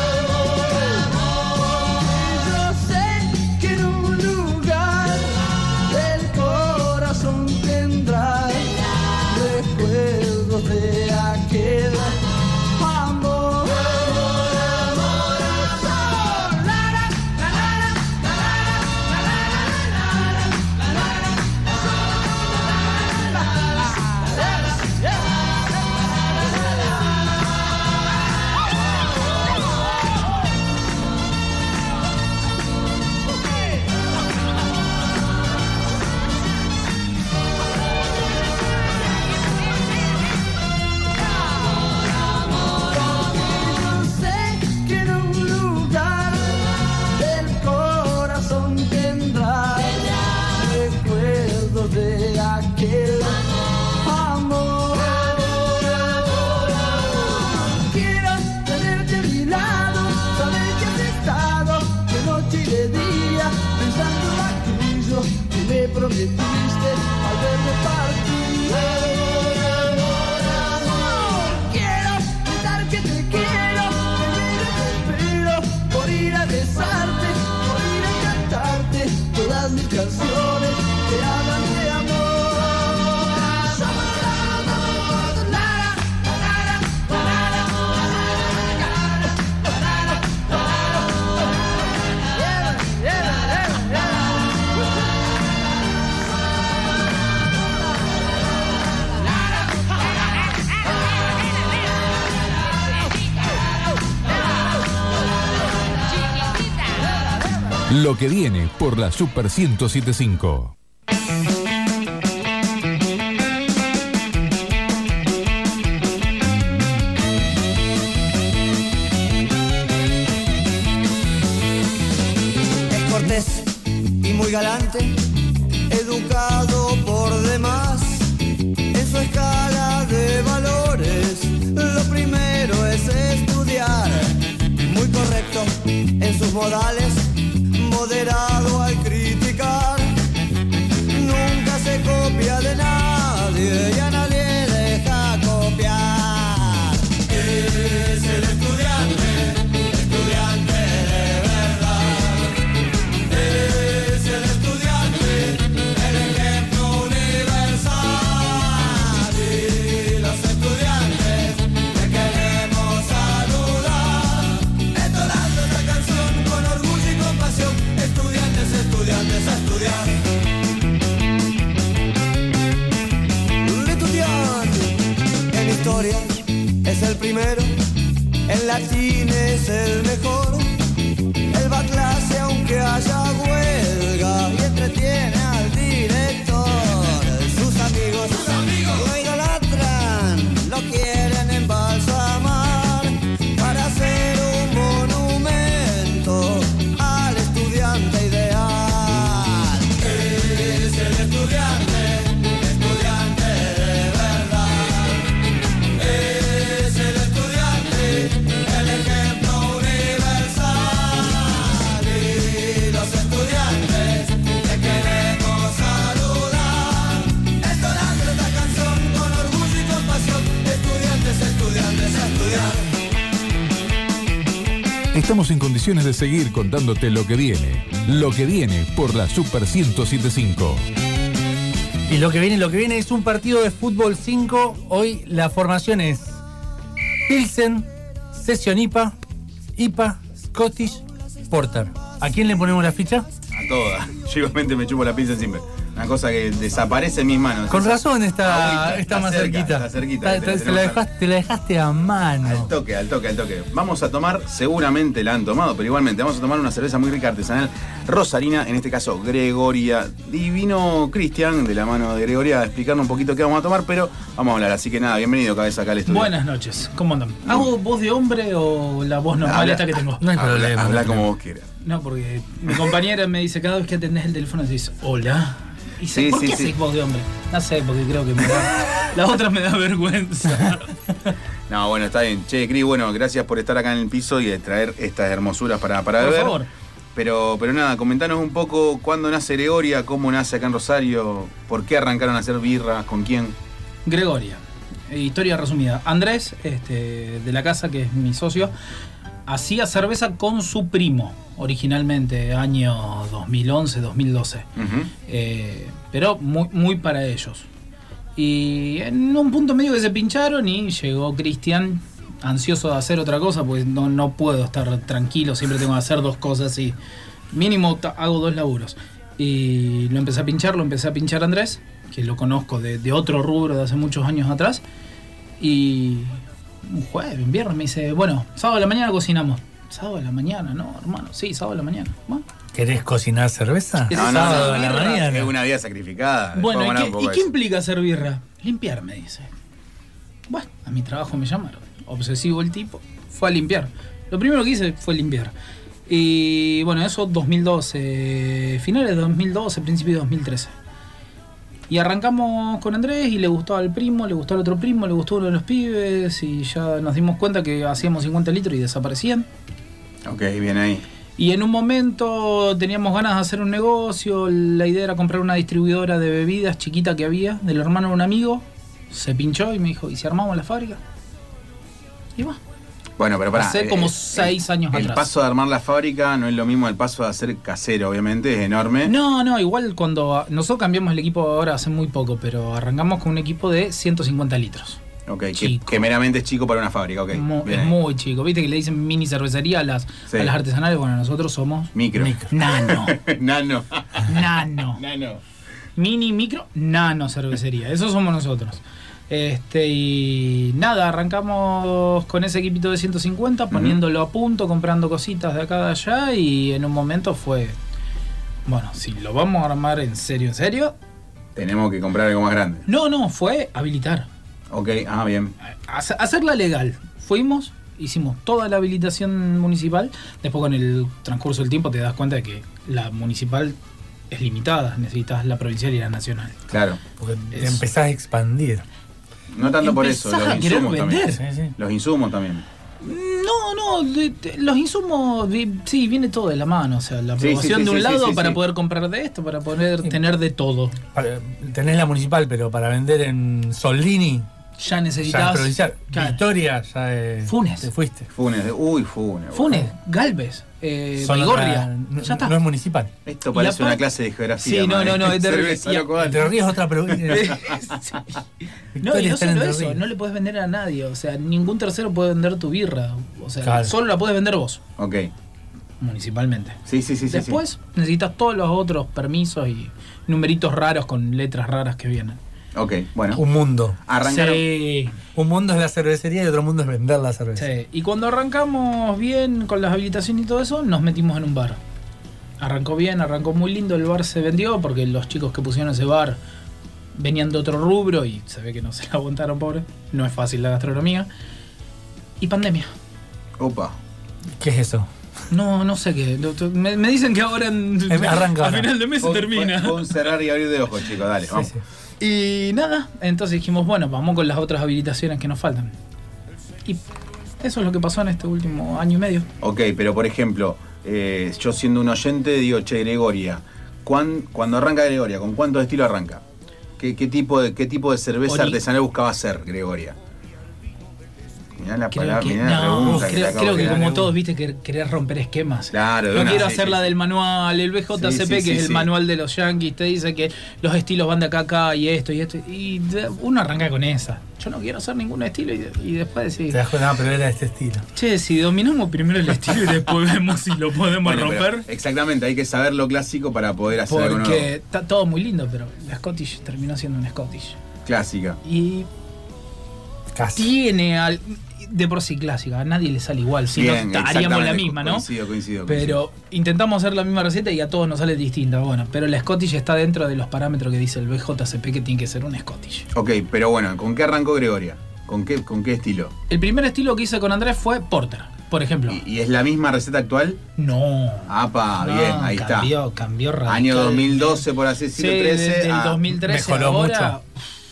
Yo sé que en un lugar del corazón tendrás recuerdos de aquel amor. Lo que viene por la Super 107.5. Es cortés y muy galante, educado por demás. En su escala de valores, lo primero es estudiar. Muy correcto en sus modales, moderado al criticar. Nunca se copia de nadie y a nadie deja copiar. Es el estudiante, estudiante de verdad. Es el estudiante, el ejemplo universal. Y los estudiantes te queremos saludar. Entonando esta canción con orgullo y compasión. Estudiantes, estudiantes, a estudiar. Un estudiante en historia es el primero, en latín es el mejor. Él va a clase aunque haya huelga y entretiene al director. Sus amigos lo idolatran, lo quieren embalsamar para hacer un monumento al estudiante ideal. Es el estudiante, estudiante de verdad. Es el estudiante, el ejemplo universal. Y los estudiantes te queremos saludar. Entonando esta canción con orgullo y compasión. Estudiantes, estudiantes, a estudiar. Estamos en condiciones de seguir contándote lo que viene. Lo que viene por la Super 107.5. Y lo que viene es un partido de fútbol 5. Hoy la formación es Pilsen, Session IPA, Scottish, Porter. ¿A quién le ponemos la ficha? A todas. Yo igualmente me chupo la pizza siempre. Una cosa que desaparece en mis manos. Con razón está más cerca, cerquita. Está cerquita. Te la dejaste a mano. Al toque. Vamos a tomar, seguramente la han tomado, pero igualmente vamos a tomar una cerveza muy rica, artesanal, rosarina, en este caso Gregoria. Y vino Cristian, de la mano de Gregoria, a explicarnos un poquito qué vamos a tomar, pero vamos a hablar. Así que nada, bienvenido cabeza acá al estudio. Buenas noches, ¿cómo andan? ¿Hago voz de hombre o la voz normal esta que tengo? No hay problema. Habla como vos quieras. No, porque mi compañera me dice cada vez que atendés el teléfono decís, hola. Y sé, ¿por qué hacés voz de hombre? No sé, porque creo que me da. La otra me da vergüenza. No, bueno, está bien. Che, Cris, bueno, gracias por estar acá en el piso y de traer estas hermosuras para beber. Por favor. Pero nada, comentanos un poco cuándo nace Gregoria, cómo nace acá en Rosario, por qué arrancaron a hacer birras, con quién. Gregoria. Historia resumida. Andrés, de la casa, que es mi socio, hacía cerveza con su primo, originalmente, año 2011, 2012. Pero muy, muy para ellos. Y en un punto medio que se pincharon y llegó Cristian, ansioso de hacer otra cosa, pues no puedo estar tranquilo, siempre tengo que hacer dos cosas y mínimo hago dos laburos. Y lo empecé a pinchar a Andrés, que lo conozco de otro rubro de hace muchos años atrás. Y un jueves, un viernes me dice, bueno, sábado de la mañana cocinamos. ¿Sábado de la mañana? No, hermano, sí, sábado de la mañana. Bueno. ¿Querés cocinar cerveza? No, sábado de la mañana. Es una vida sacrificada. Bueno, ¿y qué implica hacer birra? Limpiar, me dice. Bueno, a mi trabajo me llamaron. Obsesivo el tipo, fue a limpiar. Lo primero que hice fue limpiar. Y bueno, eso 2012, finales de 2012, principio de 2013. Y arrancamos con Andrés y le gustó al primo, le gustó al otro primo, le gustó uno de los pibes y ya nos dimos cuenta que hacíamos 50 litros y desaparecían. Ok, bien ahí. Y en un momento teníamos ganas de hacer un negocio, la idea era comprar una distribuidora de bebidas chiquita que había, del hermano de un amigo, se pinchó y me dijo, ¿y si armamos la fábrica? Y va. Bueno, pero pará. Hace como 6 años atrás. El paso de armar la fábrica no es lo mismo el paso de hacer casero, obviamente, es enorme. No, igual cuando nosotros cambiamos el equipo ahora hace muy poco, pero arrancamos con un equipo de 150 litros. Ok, que meramente es chico para una fábrica, ok. Es muy chico. Viste que le dicen mini cervecería a las artesanales. Bueno, nosotros somos... Micro. Nano. Nano. Mini, micro, nano cervecería. Eso somos nosotros. Y nada, arrancamos con ese equipito de 150, poniéndolo a punto, comprando cositas de acá de allá, y en un momento fue, bueno, si lo vamos a armar en serio, tenemos que comprar algo más grande. No, fue habilitar. Ok, bien. Hacerla legal. Fuimos, hicimos toda la habilitación municipal. Después, con el transcurso del tiempo, te das cuenta de que la municipal es limitada. Necesitas la provincial y la nacional. Claro. Porque te empezás a expandir. No tanto por eso, Empezás a los querer insumos también. vender. Sí. Los insumos también. No, los insumos, sí, viene todo de la mano. O sea, la aprobación de un lado para poder comprar de esto, para poder tener de todo. Tenés la municipal, pero para vender en Soldini ya necesitas. Ya provincial. Claro. Victoria, ya es. Funes. Te fuiste. Funes. Funes, Galvez, Baigorria. Ya está. No es municipal. Esto parece una clase de geografía. Sí, no. Es de cerveza local. Entre Ríos otra provincia. No, y no solo eso, no le puedes vender a nadie. O sea, ningún tercero puede vender tu birra. O sea, claro, solo la puedes vender vos. Ok. Municipalmente. Sí. Después necesitas todos los otros permisos y numeritos raros con letras raras que vienen. Ok, bueno. Un mundo. Arrancaron. Sí. Un mundo es la cervecería y otro mundo es vender la cerveza. Sí. Y cuando arrancamos bien con las habilitaciones y todo eso, nos metimos en un bar. Arrancó bien, arrancó muy lindo. El bar se vendió porque los chicos que pusieron ese bar venían de otro rubro y se ve que no se la aguantaron, pobre. No es fácil la gastronomía. Y pandemia. Opa. ¿Qué es eso? No sé qué. Me dicen que ahora arranca. A final de mes se termina. Fue un cerrar y abrir de ojos, chicos. Dale, vamos. Sí. Y nada, entonces dijimos, bueno, vamos con las otras habilitaciones que nos faltan. Y eso es lo que pasó en este último año y medio. Ok, pero por ejemplo, yo siendo un oyente digo, che, Gregoria, cuando arranca Gregoria, ¿con cuántos estilos arranca? ¿Qué tipo de cerveza artesanal buscaba hacer Gregoria? Mirá la palabra, mirá la pregunta. Creo que como todos, viste, que querés romper esquemas. Claro, no quiero hacer la del manual. El BJCP, que es el manual de los Yankees, te dice que los estilos van de acá a acá y esto y esto. Y uno arranca con esa. Yo no quiero hacer ningún estilo y después decís. Te das cuenta, pero era este estilo. Che, si dominamos primero el estilo y después vemos si lo podemos romper. Exactamente, hay que saber lo clásico para poder hacer algo nuevo. Porque está todo muy lindo, pero la Scottish terminó siendo una Scottish. Clásica. Y casi. Tiene de por sí clásica, a nadie le sale igual, si bien, no haríamos la misma, ¿no? Coincido. Pero intentamos hacer la misma receta y a todos nos sale distinta. Bueno, pero la Scottish está dentro de los parámetros que dice el BJCP que tiene que ser una Scottish. Ok, pero bueno, ¿con qué arrancó Gregoria? ¿Con qué estilo? El primer estilo que hice con Andrés fue Porter, por ejemplo. ¿Y es la misma receta actual? No. Apa, bien, ahí Cambió radical. Año 2012, por así decirlo, 13. Del 2013 mejoró ahora, mucho.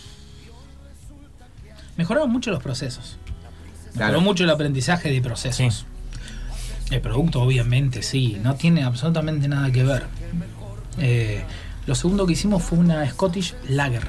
Mejoraron mucho los procesos. Claro. Mejoró mucho el aprendizaje de procesos. Sí. El producto, obviamente, sí. No tiene absolutamente nada que ver. Lo segundo que hicimos fue una Scottish Lager.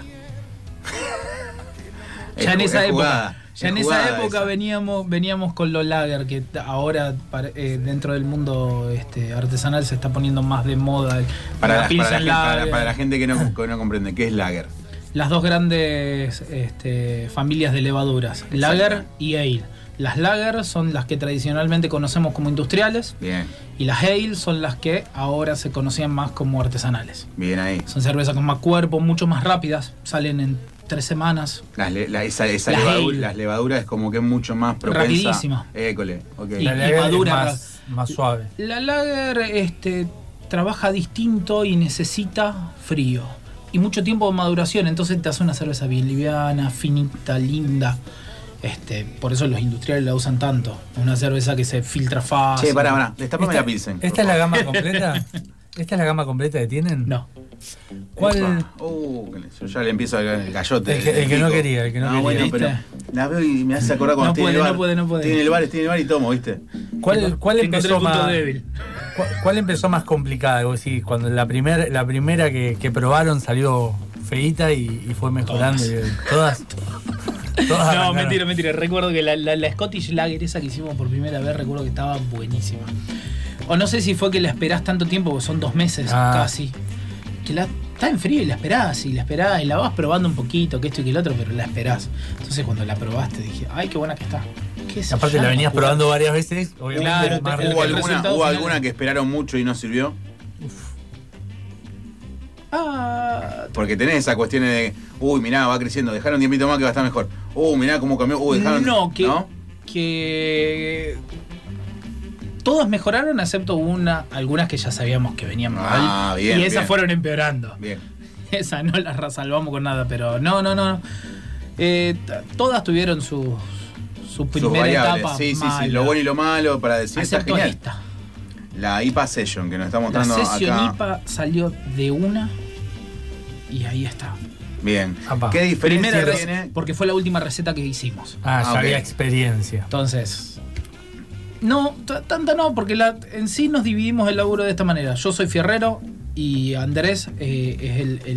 Ya en esa época veníamos con los lager, que ahora dentro del mundo artesanal se está poniendo más de moda. Para la gente que no comprende, ¿qué es lager? Las dos grandes familias de levaduras, lager y ale. Las lager son las que tradicionalmente conocemos como industriales. Bien. Y las ale son las que ahora se conocían más como artesanales. Bien ahí. Son cervezas con más cuerpo, mucho más rápidas, salen en 3 semanas. Las levaduras es como que es mucho más propensa. Rapidísima. École, okay. Y madura más suave. La lager trabaja distinto y necesita frío. Y mucho tiempo de maduración, entonces te hace una cerveza bien liviana, finita, linda. Por eso los industriales la usan tanto. Una cerveza que se filtra fácil. Che, pará, destapame la Pilsen. ¿Esta es la gama completa? ¿Esta es la gama completa que tienen? No. ¿Cuál? Yo ya le empiezo el gallote. El que no quería, Bueno, pero la veo y me hace acordar cuando tiene el bar. No puede. Tiene el bar y tomo, ¿viste? ¿Cuál empezó más débil? ¿Cuál empezó más complicada? Vos decís, cuando la primera que probaron salió feíta y fue mejorando. Todas. No, mentira. Recuerdo que la Scottish Lager esa que hicimos por primera vez, recuerdo que estaba buenísima. O no sé si fue que la esperás tanto tiempo, porque son 2 meses casi. Que está en frío y la esperás y la vas probando un poquito, que esto y que el otro, pero la esperás. Entonces cuando la probaste dije, ay, qué buena que está. Aparte la venías probando varias veces, obviamente. Claro, ¿Hubo alguna que esperaron mucho y no sirvió? Porque tenés esas cuestiones de, uy, mirá, va creciendo, dejaron un tiempito más que va a estar mejor. Mirá cómo cambió, dejaron... que todas mejoraron excepto algunas que ya sabíamos que venían mal. Bien, y esas bien. fueron empeorando. Bien. Esa no las salvamos con nada, pero no. Todas tuvieron su primera etapa. Sí, mala. lo bueno y lo malo para decir, está Excepto genial. esta. La IPA Session que nos está mostrando La Session acá. IPA salió de una y ahí está. Bien. Apa. ¿Qué diferencia Primera tiene? porque fue la última receta que hicimos. Ya ok. había experiencia. Entonces, no, tanta no, porque en sí nos dividimos el laburo de esta manera. Yo soy fierrero y Andrés es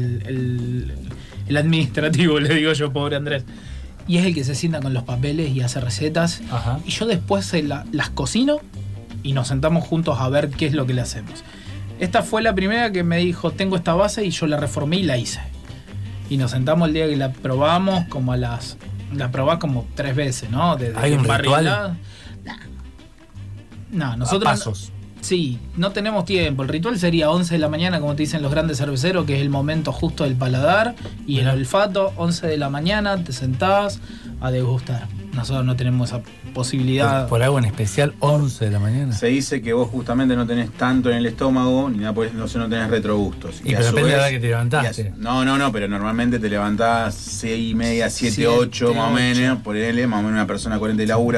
el administrativo, le digo yo, pobre Andrés. Y es el que se sienta con los papeles y hace recetas. Ajá. Y yo después las cocino y nos sentamos juntos a ver qué es lo que le hacemos. Esta fue la primera que me dijo, tengo esta base, y yo la reformé y la hice. Y nos sentamos el día que la probamos, la probás como 3 veces, ¿no? Desde ¿Hay un embarrilada. ritual? No, nosotros... A pasos. Sí, no tenemos tiempo. El ritual sería 11 de la mañana, como te dicen los grandes cerveceros, que es el momento justo del paladar y el olfato. 11 de la mañana te sentás a degustar. Nosotros no tenemos esa posibilidad. Por algo en especial, 11 de la mañana. Se dice que vos justamente no tenés tanto en el estómago, ni nada por eso, no tenés retrogustos. Y pero depende de la hora que te levantaste. No, pero normalmente te levantás 6:30, 7, 8, más o 8. menos, por él, más o menos una persona 40 de labura,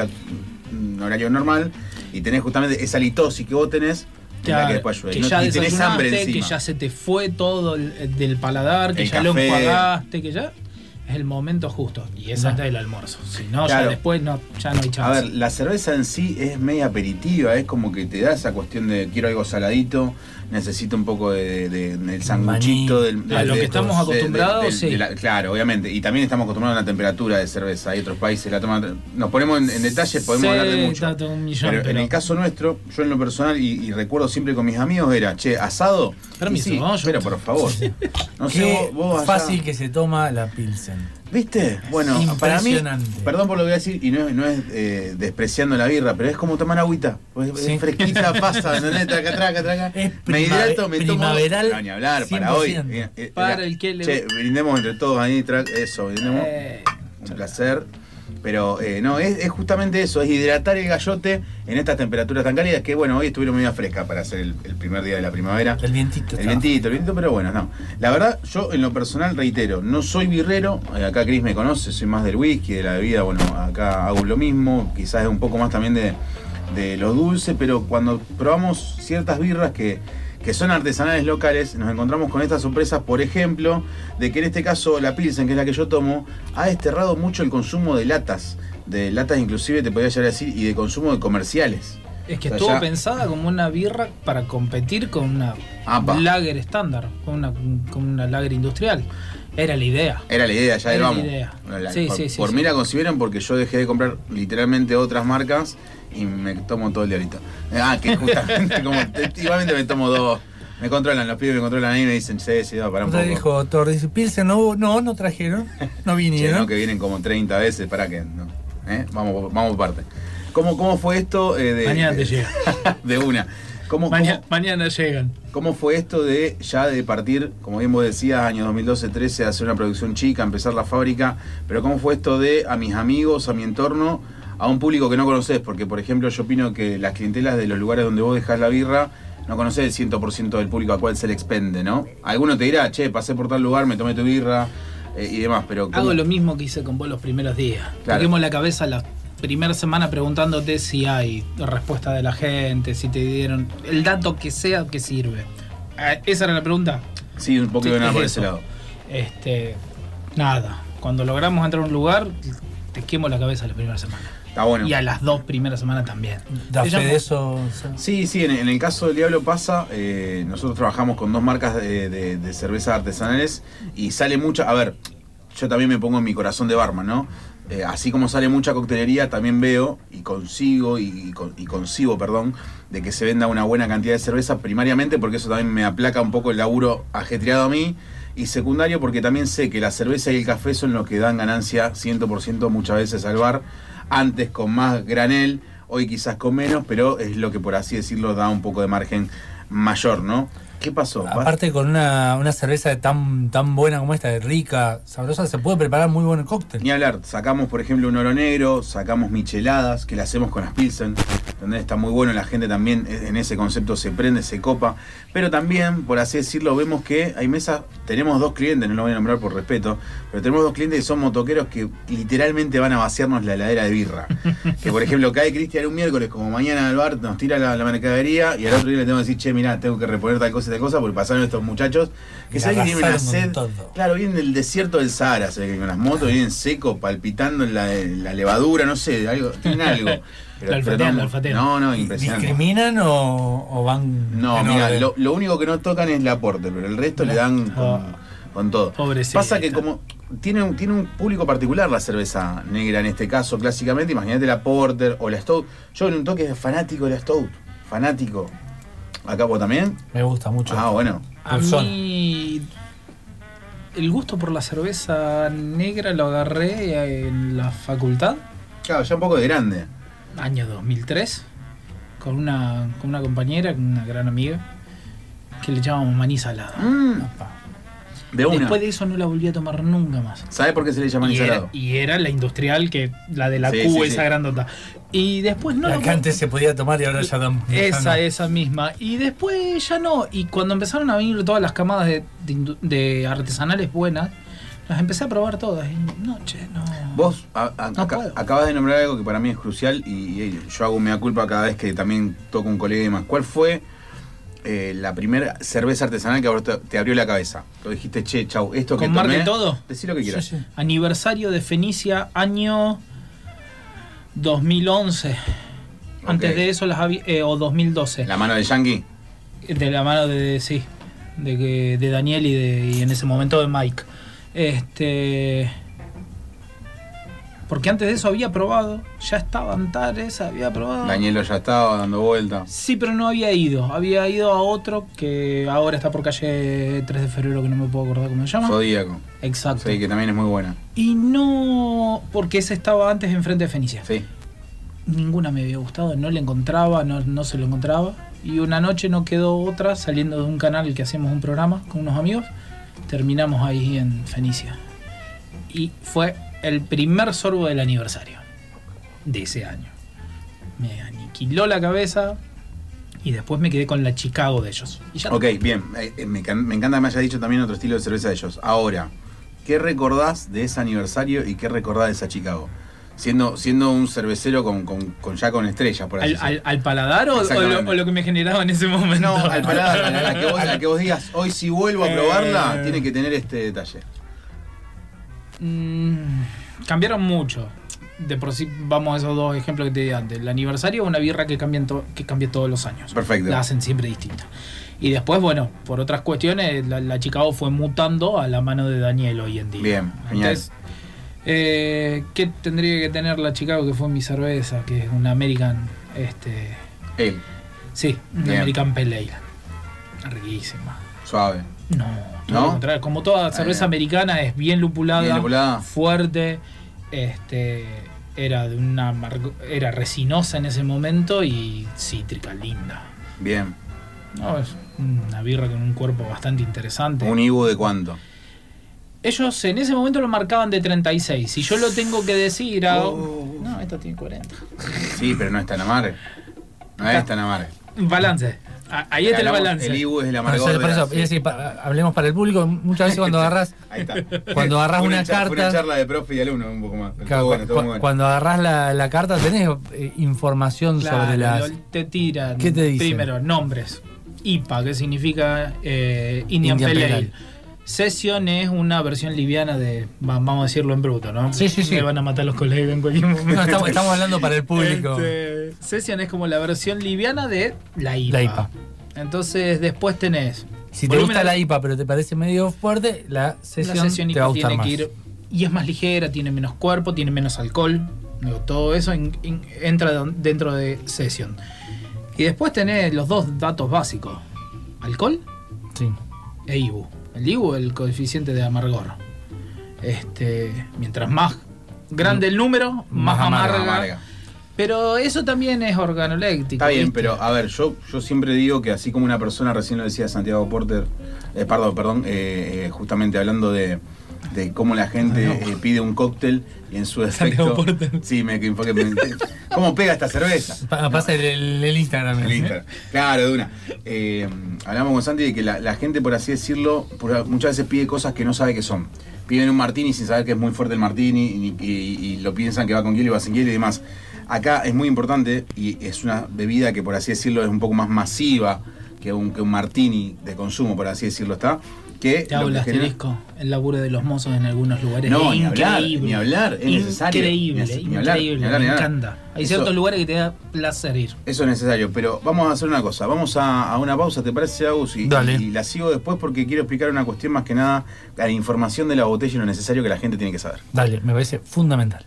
un horario normal, y tenés justamente esa litosis que vos tenés, que es la que después ayuda. Que Y, ya y tenés hambre desayunaste, encima. que ya se te fue todo del paladar, que El ya lo café. enjuagaste, que ya es el momento justo. Y es antes del almuerzo. Si no, Claro. ya después ya no hay chance. A ver, la cerveza en sí es media aperitiva, es como que te da esa cuestión de quiero algo saladito, necesito un poco del sanguchito, A lo que estamos acostumbrados, sí. Claro, obviamente. Y también estamos acostumbrados a una temperatura de cerveza. Hay otros países la toman. Nos ponemos en detalle, podemos hablar de mucho. Está un millón, Pero en el caso nuestro, yo en lo personal, y recuerdo siempre con mis amigos, era, che, asado. Permiso, Y sí, vamos, pero por favor. No sé, Qué vos allá- fácil que se toma la Pilsen. ¿Viste? Bueno, para mí, Impresionante. perdón por lo que voy a decir, y no es despreciando la birra, pero es como tomar agüita. Pues Sí. es fresquita, pasa, ¿entendés? Traca. Es Me hidrato, me tomo. primaveral, No, ni hablar, para hoy. 100%. Para el que le- Che, brindemos entre todos ahí, eso, brindemos. Un placer. Pero no, es justamente eso, es hidratar el gallote en estas temperaturas tan cálidas que, bueno, hoy estuvieron medio frescas para hacer el primer día de la primavera. El vientito. El vientito, pero bueno, no. La verdad, yo en lo personal reitero, no soy birrero, acá Chris me conoce, soy más del whisky, de la bebida, bueno, acá hago lo mismo, quizás es un poco más también de lo dulce, pero cuando probamos ciertas birras que son artesanales locales, nos encontramos con estas sorpresas, por ejemplo, de que en este caso la Pilsen, que es la que yo tomo, ha desterrado mucho el consumo de latas inclusive te podría llegar a decir, y de consumo de comerciales. Es que O sea, estuvo ya- pensada como una birra para competir con una Apa. lager estándar, con una lager industrial. Era la idea. Era la idea, ya Era vamos. la idea. Bueno, Sí, por sí, sí, por sí. mí la concibieron porque yo dejé de comprar literalmente otras marcas y me tomo todo el día ahorita. Que justamente como igualmente me tomo 2. Me controlan, los pibes me controlan ahí y me dicen, sí, va, para un Otra poco. dijo Thor, dice, Pilsen no trajeron, no Che, vinieron. no, que vienen como 30 veces, para que no. Vamos por parte. ¿Cómo fue esto Mañana te llega. de una? Mañana llegan. ¿Cómo fue esto de partir, como bien vos decías, año 2012-13, hacer una producción chica, empezar la fábrica? Pero ¿cómo fue esto de a mis amigos, a mi entorno, a un público que no conocés? Porque, por ejemplo, yo opino que las clientelas de los lugares donde vos dejás la birra, no conocés el 100% del público a cual se le expende, ¿no? Alguno te dirá, che, pasé por tal lugar, me tomé tu birra y demás, pero... Hago lo mismo que hice con vos los primeros días. Claro. Toquemos la cabeza la primera semana preguntándote si hay respuesta de la gente, si te dieron el dato que sea que sirve. ¿Esa era la pregunta? Sí, un poco de nada es por eso. ese lado. Nada. Cuando logramos entrar a un lugar, te quemo la cabeza la primera semana. Está bueno. Y a las 2 primeras semanas también. ¿Da Se fe llama- de eso? Sí, en el caso del Diablo pasa, nosotros trabajamos con 2 marcas de cervezas artesanales y sale mucha, a ver, yo también me pongo en mi corazón de barman, ¿no? Así como sale mucha coctelería, también veo y concibo, perdón, de que se venda una buena cantidad de cerveza, primariamente porque eso también me aplaca un poco el laburo ajetreado a mí, y secundario porque también sé que la cerveza y el café son los que dan ganancia 100% muchas veces al bar, antes con más granel, hoy quizás con menos, pero es lo que, por así decirlo, da un poco de margen mayor, ¿no? ¿Qué pasó? Aparte con una cerveza tan buena como esta, rica, sabrosa, se puede preparar muy buen cóctel. Ni hablar, sacamos por ejemplo un oro negro, sacamos micheladas, que la hacemos con las Pilsen, donde está muy bueno, la gente también en ese concepto se prende, se copa, pero también, por así decirlo, vemos que hay mesas, tenemos 2 clientes, no lo voy a nombrar por respeto, pero tenemos 2 clientes que son motoqueros que literalmente van a vaciarnos la heladera de birra. Que por ejemplo cae Cristian un miércoles, como mañana al bar, nos tira la mercadería y al otro día le tengo que decir, che, mirá, tengo que reponer tal cosa, porque pasaron estos muchachos que saben que tienen una sed. Claro, vienen del desierto del Sahara, se ve que con las motos vienen secos, palpitando en la levadura, no sé, algo, tienen algo. La olfatean. No, impresionante. ¿Discriminan o van? No, mira, lo único que no tocan es el aporte, pero el resto le dan con todo. Pobrecita. Pasa que como tiene un público particular la cerveza negra en este caso, clásicamente, imagínate la Porter o la Stout. Yo en un toque fanático de la Stout, fanático. ¿Acá vos también? Me gusta mucho. Ah, bueno. A mí el gusto por la cerveza negra lo agarré en la facultad. Claro, ya un poco de grande. Año 2003, con una compañera, con una gran amiga, que le llamábamos maní salado. De una. Después de eso no la volví a tomar nunca más. ¿Sabes por qué se le llama maní salado? Y era la industrial, la de la Q, esa grandota. Y después no. La que antes se podía tomar y ahora ya no. Esa misma. Y después ya no. Y cuando empezaron a venir todas las camadas de artesanales buenas, las empecé a probar todas. Y no. Vos acabas de nombrar algo que para mí es crucial y yo hago mea culpa cada vez que también toco un colega y demás. ¿Cuál fue la primera cerveza artesanal que a vos te abrió la cabeza? Lo dijiste, che, chau, esto que tomé... ¿Con marca y todo? Decí lo que quieras. Sí. Aniversario de Fenicia, año 2011. Okay. Antes de eso las había... o 2012. ¿La mano de Yankee? De la mano de Daniel y en ese momento de Mike. Porque antes de eso había probado, ya estaba Antares, había probado. Danielo ya estaba dando vuelta. Sí, pero no había ido a otro que ahora está por calle 3 de febrero, que no me puedo acordar cómo se llama. Zodíaco. Exacto. Sí, que también es muy buena. Y no, porque ese estaba antes enfrente de Fenicia. Sí. Ninguna me había gustado, no le encontraba, no se lo encontraba. Y una noche no quedó otra, saliendo de un canal que hacemos un programa con unos amigos, terminamos ahí en Fenicia. Y fue el primer sorbo del aniversario de ese año. Me aniquiló la cabeza y después me quedé con la Chicago de ellos. Y ya ok, bien. Me encanta que me haya dicho también otro estilo de cerveza de ellos. Ahora, ¿qué recordás de ese aniversario y qué recordás de esa Chicago? Siendo un cervecero con estrellas, por así decirlo. ¿Al paladar o lo que me generaba en ese momento? No, al paladar. a la que vos digas, hoy si vuelvo a probarla, tiene que tener este detalle. Cambiaron mucho. De por sí, vamos a esos 2 ejemplos que te di antes. El aniversario es una birra que cambia todos los años. Perfecto. La hacen siempre distinta. Y después, bueno, por otras cuestiones, la Chicago fue mutando a la mano de Daniel hoy en día. Bien, genial. Entonces, ¿qué tendría que tener la Chicago, que fue mi cerveza? Que es una American... Ale. Sí, una American Pale Ale. Riquísima. Suave. No, al contrario, como toda cerveza americana es bien lupulada, fuerte, era resinosa en ese momento y cítrica, linda. Bien. No, es una birra con un cuerpo bastante interesante. ¿Un IBU de cuánto? Ellos en ese momento lo marcaban de 36. Si yo lo tengo que decir, no, esta tiene 40. Sí, pero no es tan amarga. No es tan amarga. Balance. Ahí está el balance. El IBU es el amargor. Por eso, hablemos para el público. Muchas veces cuando agarrás. Ahí está. Cuando agarrás una carta. Una charla de profe y alumno, un poco más. Claro, bueno. Cuando agarrás la carta, tenés información sobre las. Te tiran. ¿Qué te dicen? Primero, nombres. IPA, que significa Indian Pale Ale. Session es una versión liviana de, vamos a decirlo en bruto, ¿no? Sí. Me van a matar los colegas en cualquier momento. No, estamos hablando para el público. Session es como la versión liviana de la IPA. Entonces después tenés... Si te gusta la IPA pero te parece medio fuerte, la Session te va a gustar más. Y es más ligera, tiene menos cuerpo, tiene menos alcohol. Todo eso entra dentro de Session. Y después tenés los 2 datos básicos. Alcohol e IBU. El IBU es el coeficiente de amargor. Mientras más grande el número, más amarga. Pero eso también es organoléctico. Está bien, ¿viste? pero a ver, yo siempre digo que así como una persona, recién lo decía Santiago Porter, justamente hablando de cómo la gente pide un cóctel y en su efecto... Sí, ¿cómo pega esta cerveza? Pasa el Instagram. El Instagram. Claro, de una. Hablamos con Santi de que la gente, por así decirlo, muchas veces pide cosas que no sabe que son. Piden un martini sin saber que es muy fuerte el martini y lo piensan que va con hielo y va sin hielo y demás. Acá es muy importante y es una bebida que, por así decirlo, es un poco más masiva que un martini de consumo, por así decirlo, está. Que te hago el asterisco, el laburo de los mozos en algunos lugares. No, es ni hablar, es necesario. Increíble, me encanta. Hay ciertos lugares que te da placer ir. Eso es necesario, pero vamos a hacer una cosa, vamos a una pausa, ¿te parece, Agus? Y la sigo después porque quiero explicar una cuestión más que nada, la información de la botella y lo necesario que la gente tiene que saber. Dale, me parece fundamental.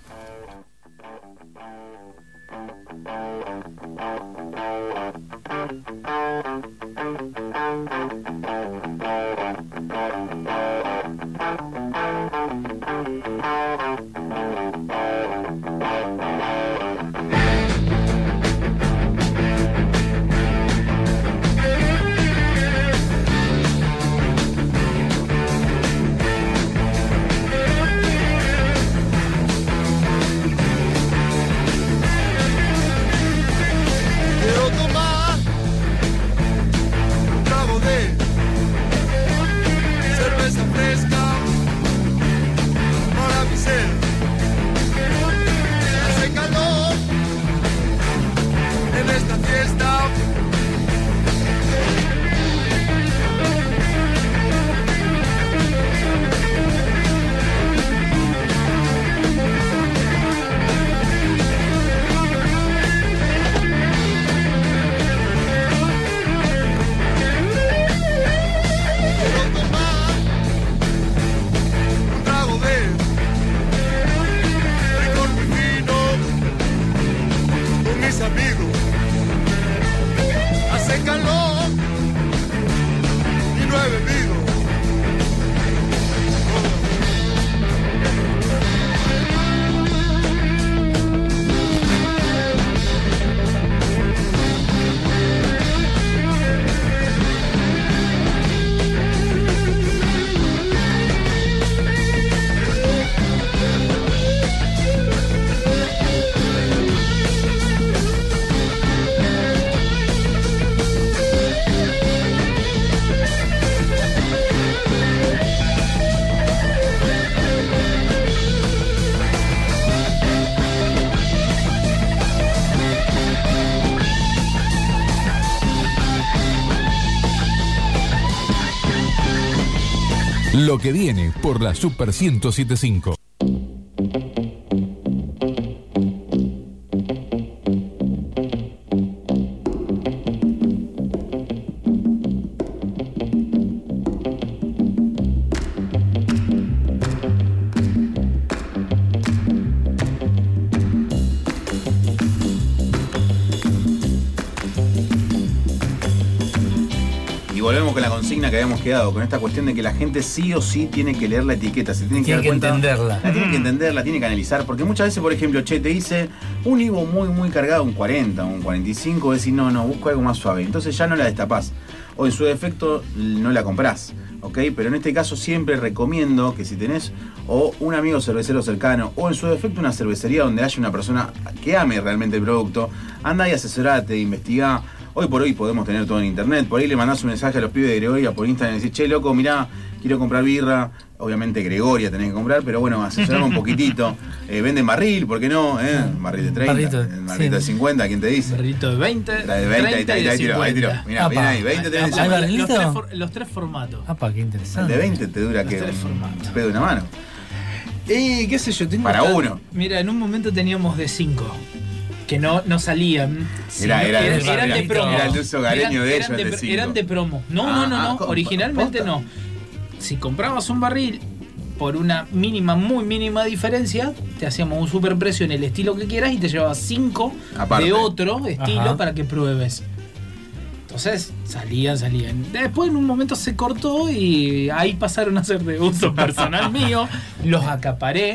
Quiero tomar un trago de cerveza fresca para mi ser. Hace calor en esta fiesta. Amigos, hace calor y no he bebido. Lo que viene por la Super 107.5. Que habíamos quedado con esta cuestión de que la gente sí o sí tiene que leer la etiqueta, se tiene que dar cuenta, entenderla. La tiene que entenderla, tiene que analizar, porque muchas veces, por ejemplo, te dice un Ivo muy cargado, un 40, un 45, decís no, busco algo más suave, entonces ya no la destapás, o en su defecto no la comprás, ¿ok? Pero en este caso siempre recomiendo que si tenés o un amigo cervecero cercano, o en su defecto una cervecería donde haya una persona que ame realmente el producto, anda y asesorate, investigá. Hoy por hoy podemos tener todo en internet. Por ahí le mandás un mensaje a los pibes de Gregoria por Instagram y decís, che, loco, mirá, quiero comprar birra. Obviamente Gregoria tenés que comprar, pero bueno, asesorame un poquitito. Venden barril, ¿por qué no? Barril de 30, barril de 50, ¿quién te dice? Barrilito de 20, de 20, ahí tiro. Mirá, viene ahí, 20 tenés. Los tres formatos. Qué interesante. El de 20 te dura que un pedo de una mano. Qué sé yo, tengo para uno. Mira, en un momento teníamos de 5. Que no salían. Eran de promo. Era el uso hogareño de ellos. Eran de promo. No. Originalmente no. Si comprabas un barril por una muy mínima diferencia, te hacíamos un superprecio en el estilo que quieras y te llevabas 5 de otro estilo para que pruebes. Entonces salían. Después en un momento se cortó y ahí pasaron a ser de uso personal mío. Los acaparé.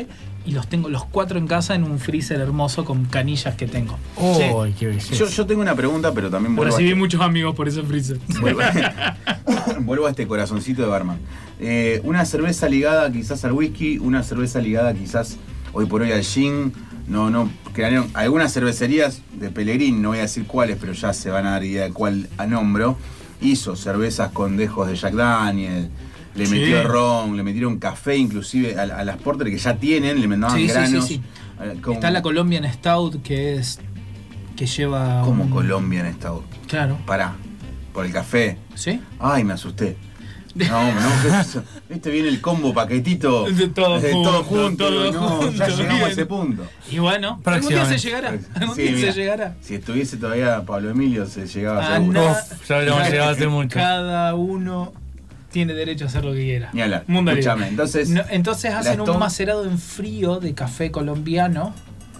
y los tengo los 4 en casa en un freezer hermoso con canillas que tengo. ¡Oh, qué belleza! Yo tengo una pregunta, pero también Recibí muchos amigos por ese freezer. Vuelvo a este corazoncito de barman. Una cerveza ligada quizás al whisky, una cerveza ligada quizás hoy por hoy al gin. No, crearon algunas cervecerías de Pellegrín, no voy a decir cuáles, pero ya se van a dar idea de cuál nombro. Hizo cervezas con dejos de Jack Daniel, le metió ron, le metieron café inclusive a las porter que ya tienen, le mandaban granos. Sí. Está la Colombian Stout que lleva... Como Colombian Stout. Claro. Pará, por el café. ¿Sí? Ay, me asusté. No, ¿qué es eso? Viste, viene el combo paquetito. De todo junto. Ya llegamos a ese punto. Y bueno, algún día se llegará. Se llegará. Si estuviese todavía Pablo Emilio, se llegaba seguro. Ya habríamos llegado hace mucho. Cada uno tiene derecho a hacer lo que quiera. Ni hablar. Escúchame, entonces hacen un macerado en frío de café colombiano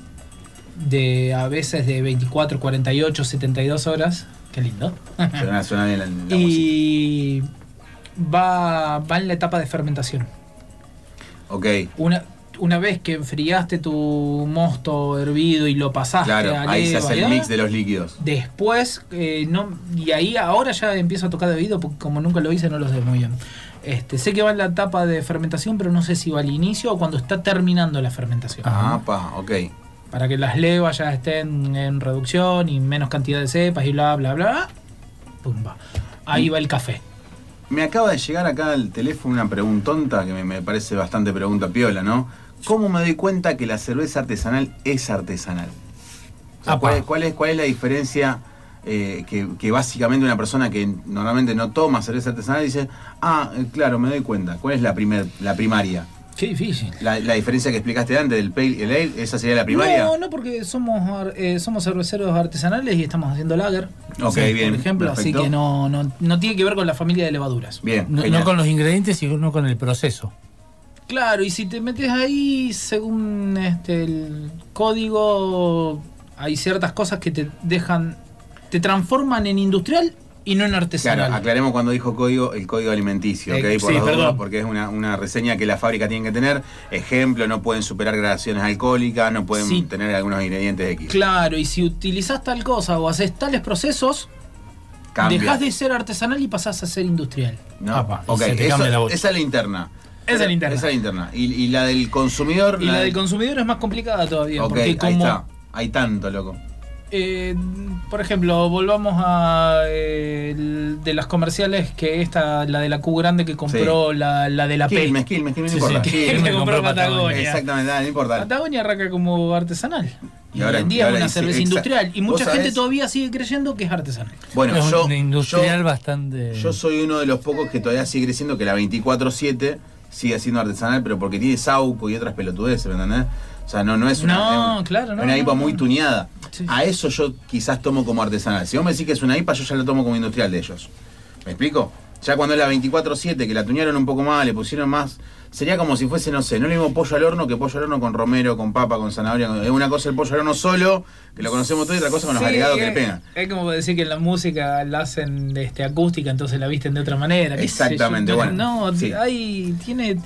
de a veces de 24, 48, 72 horas. Qué lindo. Suena bien la y va en la etapa de fermentación. Ok. Una vez que enfriaste tu mosto hervido y lo pasaste a leva, ahí se hace el mix de los líquidos. Después, y ahí ahora ya empiezo a tocar de oído, porque como nunca lo hice no lo sé muy bien. Sé que va en la etapa de fermentación, pero no sé si va al inicio o cuando está terminando la fermentación. Ok. Para que las levas ya estén en reducción y menos cantidad de cepas y bla, bla, bla. Pumba. Ahí va el café. Me acaba de llegar acá al teléfono una preguntonta que me parece bastante pregunta piola, ¿no? ¿Cómo me doy cuenta que la cerveza artesanal es artesanal? O sea, ¿cuál es la diferencia que básicamente una persona que normalmente no toma cerveza artesanal dice, claro, me doy cuenta? ¿Cuál es la primaria? Qué difícil. La diferencia que explicaste antes del Pale Ale, ¿esa sería la primaria? No, porque somos cerveceros artesanales y estamos haciendo lager. Ok, bien. Por ejemplo, perfecto. Así que no tiene que ver con la familia de levaduras. Bien. No con los ingredientes, sino con el proceso. Claro, y si te metes ahí, según el código, hay ciertas cosas que te transforman en industrial y no en artesanal. Claro, aclaremos cuando dijo código, el código alimenticio, ¿ok? Por las dudas, porque es una reseña que la fábrica tiene que tener. Ejemplo, no pueden superar gradaciones alcohólicas, no pueden tener algunos ingredientes X. Claro, y si utilizás tal cosa o haces tales procesos, dejás de ser artesanal y pasás a ser industrial. Ok, esa es la interna. Esa es la interna. ¿Y la del consumidor? La del consumidor es más complicada todavía. Ok, porque ahí está. Hay tanto, loco. Por ejemplo, volvamos a de las comerciales, que la de la Q grande que compró la de la Quilmes, P. no importa. Que compró Patagonia. Exactamente, no importa. Patagonia arranca como artesanal. Y ahora en día es una cerveza industrial. Y mucha gente sabés? todavía sigue creyendo que es artesanal. Bueno, es una industrial bastante... Yo soy uno de los pocos que todavía sigue creyendo que la 24/7 sigue siendo artesanal, pero porque tiene sauco y otras pelotudeces, ¿me entendés? O sea, no es una IPA muy tuneada. Sí. A eso yo quizás tomo como artesanal. Si vos me decís que es una IPA, yo ya la tomo como industrial de ellos. ¿Me explico? Ya cuando es la 24/7, que la tunearon un poco más, le pusieron más... Sería como si fuese, no sé, no le mismo pollo al horno que pollo al horno con romero, con papa, con zanahoria. Es una cosa el pollo al horno solo, que lo conocemos todo, y otra cosa con los agregados que le pegan. Es como decir que en la música la hacen acústica, entonces la visten de otra manera. Exactamente, bueno. Tiene...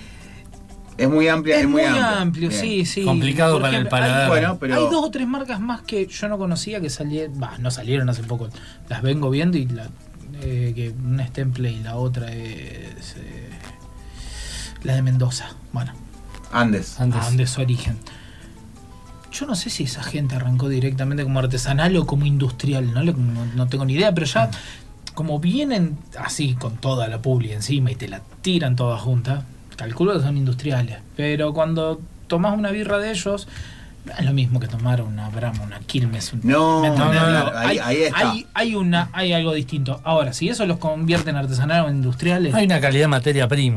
Es muy amplia, es muy amplio, bien. Sí. Complicado para el paladar. Hay 2 o 3 marcas más que yo no conocía que no salieron hace poco. Las vengo viendo y que una es Temple y la otra es la de Mendoza. Bueno. Andes Origen. Yo no sé si esa gente arrancó directamente como artesanal o como industrial, no tengo ni idea, pero ya como vienen así con toda la publi encima y te la tiran todas juntas, calculo que son industriales. Pero cuando tomás una birra de ellos, no es lo mismo que tomar una Brahma, una Quilmes. Ahí está. Hay algo distinto. Ahora, si eso los convierte en artesanales o en industriales... Hay una calidad de materia prima.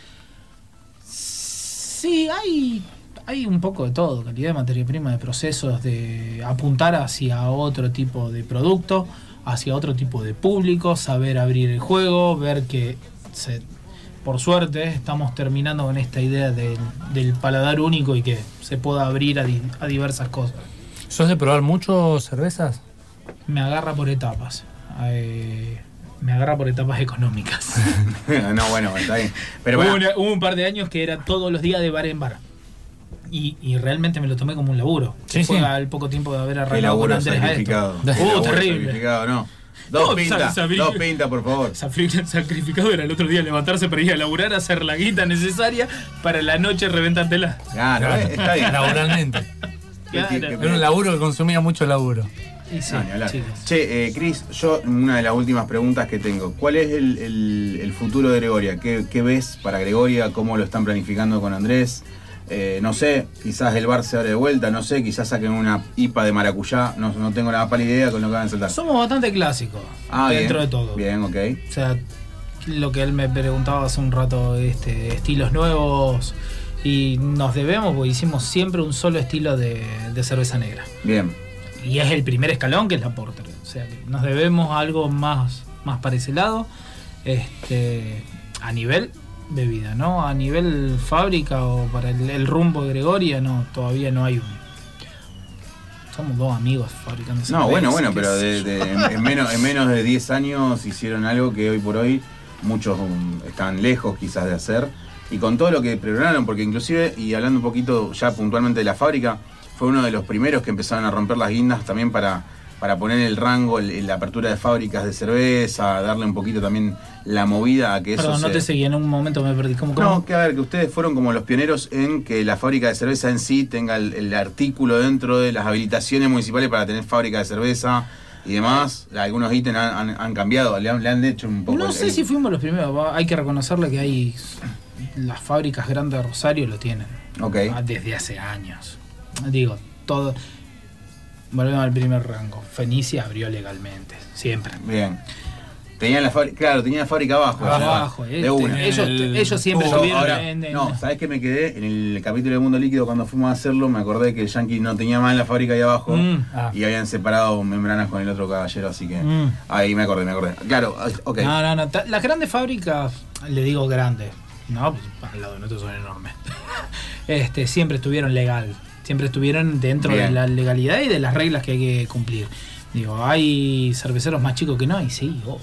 Sí, hay un poco de todo. Calidad de materia prima, de procesos, de apuntar hacia otro tipo de producto, hacia otro tipo de público, saber abrir el juego, ver que por suerte estamos terminando con esta idea del paladar único y que se pueda abrir a diversas cosas. ¿Sos de probar mucho cervezas? Me agarra por etapas. Me agarra por etapas económicas. No, bueno, está bien. Pero hubo un par de años que era todos los días de bar en bar. Y realmente me lo tomé como un laburo. Sí, Fue sí. al poco tiempo de haber Qué arrancado con laburo Andrés a sacrificado. esto. Qué laburo Terrible. sacrificado, no. Dos No, pintas, sabrí- dos pintas, por favor. Sacrificado era el otro día levantarse para ir a laburar, hacer la guita necesaria para la noche reventártela. Claro, está bien. Laboralmente. Claro. Era un laburo que consumía mucho laburo. Y sí, No, ni hablar. chicos. Che, Cris, yo una de las últimas preguntas que tengo. ¿Cuál es el futuro de Gregoria? ¿Qué ves para Gregoria? ¿Cómo lo están planificando con Andrés? No sé, quizás el bar se abre de vuelta, no sé, quizás saquen una IPA de maracuyá, no tengo la más pálida idea con lo que van a saltar. Somos bastante clásicos dentro bien, de todo. Bien, ok. O sea, lo que él me preguntaba hace un rato, estilos nuevos, y nos debemos, porque hicimos siempre un solo estilo de cerveza negra. Bien. Y es el primer escalón, que es la Porter. O sea, que nos debemos a algo más para ese lado, a nivel bebida, ¿no? A nivel fábrica o para el rumbo de Gregoria, no, todavía no hay un... Somos dos amigos fabricando cerveza. No, bueno, qué pero sé yo. en menos de 10 años hicieron algo que hoy por hoy muchos están lejos quizás de hacer. Y con todo lo que prepararon, porque inclusive, y hablando un poquito ya puntualmente de la fábrica, fue uno de los primeros que empezaron a romper las guindas también para poner el rango, la apertura de fábricas de cerveza, darle un poquito también la movida a que eso Perdón, no te seguí, en un momento me perdí. ¿Cómo? No, que a ver, que ustedes fueron como los pioneros en que la fábrica de cerveza en sí tenga el artículo dentro de las habilitaciones municipales para tener fábrica de cerveza y demás. Algunos ítems han cambiado, le han hecho un poco... No sé si fuimos los primeros, hay que reconocerle que hay... Las fábricas grandes de Rosario lo tienen. Ok. Desde hace años. Digo, todo... Volvemos al primer rango. Fenicia abrió legalmente, siempre. Bien. Tenían la fábrica, tenía la fábrica abajo. Abajo, de una. ellos siempre Yo tuvieron ahora, no, ¿sabés qué me quedé? En el capítulo de Mundo Líquido, cuando fuimos a hacerlo, me acordé que el Yankee no tenía más en la fábrica ahí abajo y habían separado membranas con el otro caballero, así que ahí me acordé. Claro, ok. No. Las grandes fábricas, le digo grandes, no, pues, al lado de nosotros son enormes. Siempre estuvieron legal. Siempre estuvieron dentro de la legalidad y de las reglas que hay que cumplir. Digo, hay cerveceros más chicos que no, y sí, obvio.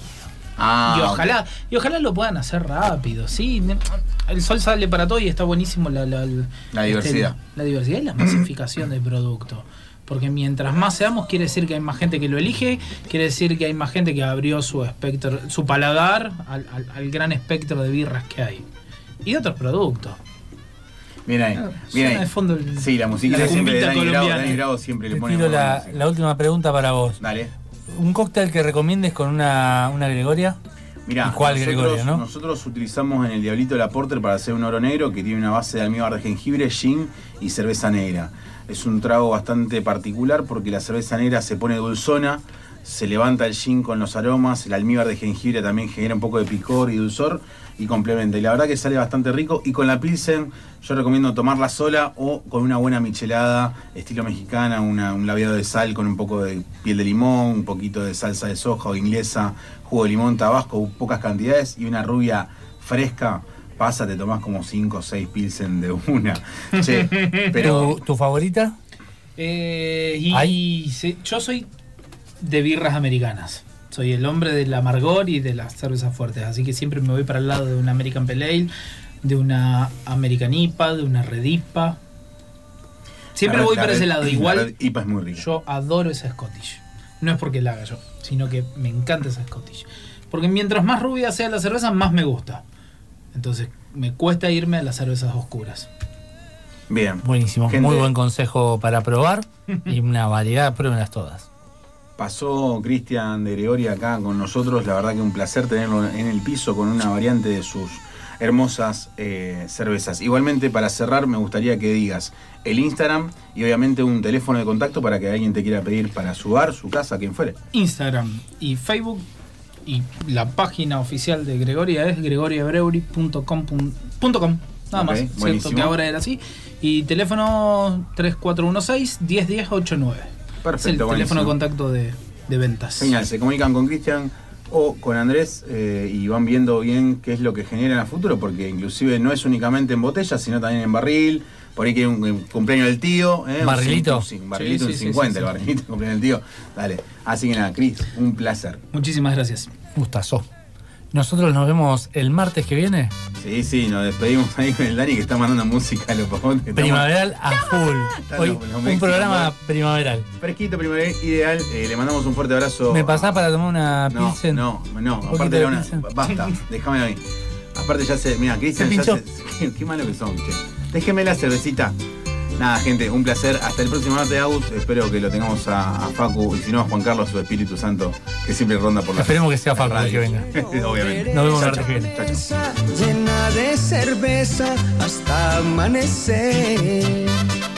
Y ojalá lo puedan hacer rápido, sí. El sol sale para todo y está buenísimo la diversidad. La diversidad y la masificación del producto. Porque mientras más seamos, quiere decir que hay más gente que lo elige, quiere decir que hay más gente que abrió su espectro, su paladar al gran espectro de birras que hay. Y de otros productos. Bien ahí. Suena de fondo sí, la musiquita la siempre de cumbita Dani colombiana. Bravo siempre le Te pone... tiro la última pregunta para vos. Dale. ¿Un cóctel que recomiendes con una Gregoria? Mirá, ¿Y cuál Gregoria, no? Nosotros utilizamos en el Diablito la Porter para hacer un oro negro que tiene una base de almíbar de jengibre, gin y cerveza negra. Es un trago bastante particular porque la cerveza negra se pone dulzona, se levanta el gin con los aromas, el almíbar de jengibre también genera un poco de picor y dulzor y complementa. Y la verdad que sale bastante rico. Y con la Pilsen yo recomiendo tomarla sola o con una buena michelada estilo mexicana, un labiado de sal con un poco de piel de limón, un poquito de salsa de soja o inglesa, jugo de limón, tabasco, pocas cantidades y una rubia fresca. Pasa, te tomás como 5 o 6 Pilsen de una. Che, pero... ¿Tu favorita? Yo soy de birras americanas. Soy el hombre del amargor y de las cervezas fuertes. Así que siempre me voy para el lado de una American Pale Ale, de una American IPA, de una Red IPA. Siempre voy para ese lado. Igual, la Red IPA es muy rica. Yo adoro esa Scottish. No es porque la haga yo, sino que me encanta esa Scottish. Porque mientras más rubia sea la cerveza, más me gusta. Entonces me cuesta irme a las cervezas oscuras. Bien. Buenísimo. Gente, muy buen consejo para probar y una variedad, pruébenlas todas. Pasó Cristian de Gregoria acá con nosotros, la verdad que un placer tenerlo en el piso con una variante de sus hermosas cervezas. Igualmente, para cerrar, me gustaría que digas el Instagram y obviamente un teléfono de contacto para que alguien te quiera pedir para su bar, su casa, quien fuere. Instagram y Facebook, y la página oficial de Gregoria es gregoriabrewery.com. Nada más, cierto que ahora era así. Y teléfono 3416-101089. Perfecto, es el buenísimo. teléfono de contacto de ventas. Señal, se comunican con Cristian o con Andrés y van viendo bien qué es lo que generan a futuro, porque inclusive no es únicamente en botella, sino también en barril. Por ahí que un cumpleaños del tío. ¿Barrilito? Un barrilito, Sí, un sí, 50, sí, el barrilito, cumpleaños del tío. Dale. Así que nada, Cris, un placer. Muchísimas gracias. Gustazo. Nosotros nos vemos el martes que viene. Sí, nos despedimos ahí con el Dani que está mandando música a los pajones. Primaveral a full. Hoy un programa primaveral. Fresquito, primaveral, ideal. Le mandamos un fuerte abrazo. ¿Me pasás para tomar una pilsen? No, aparte de una. Basta, déjamelo ahí. Aparte ya se. Mira, Cristian ya se. Qué malo que son, che. Déjeme la cervecita. Nada, gente, un placer. Hasta el próximo martes de August. Espero que lo tengamos a Facu y si no a Juan Carlos, su Espíritu Santo, que siempre ronda por la. Esperemos que sea Facu el que venga. Obviamente. Nos vemos el martes que viene. Llena de cerveza hasta amanecer.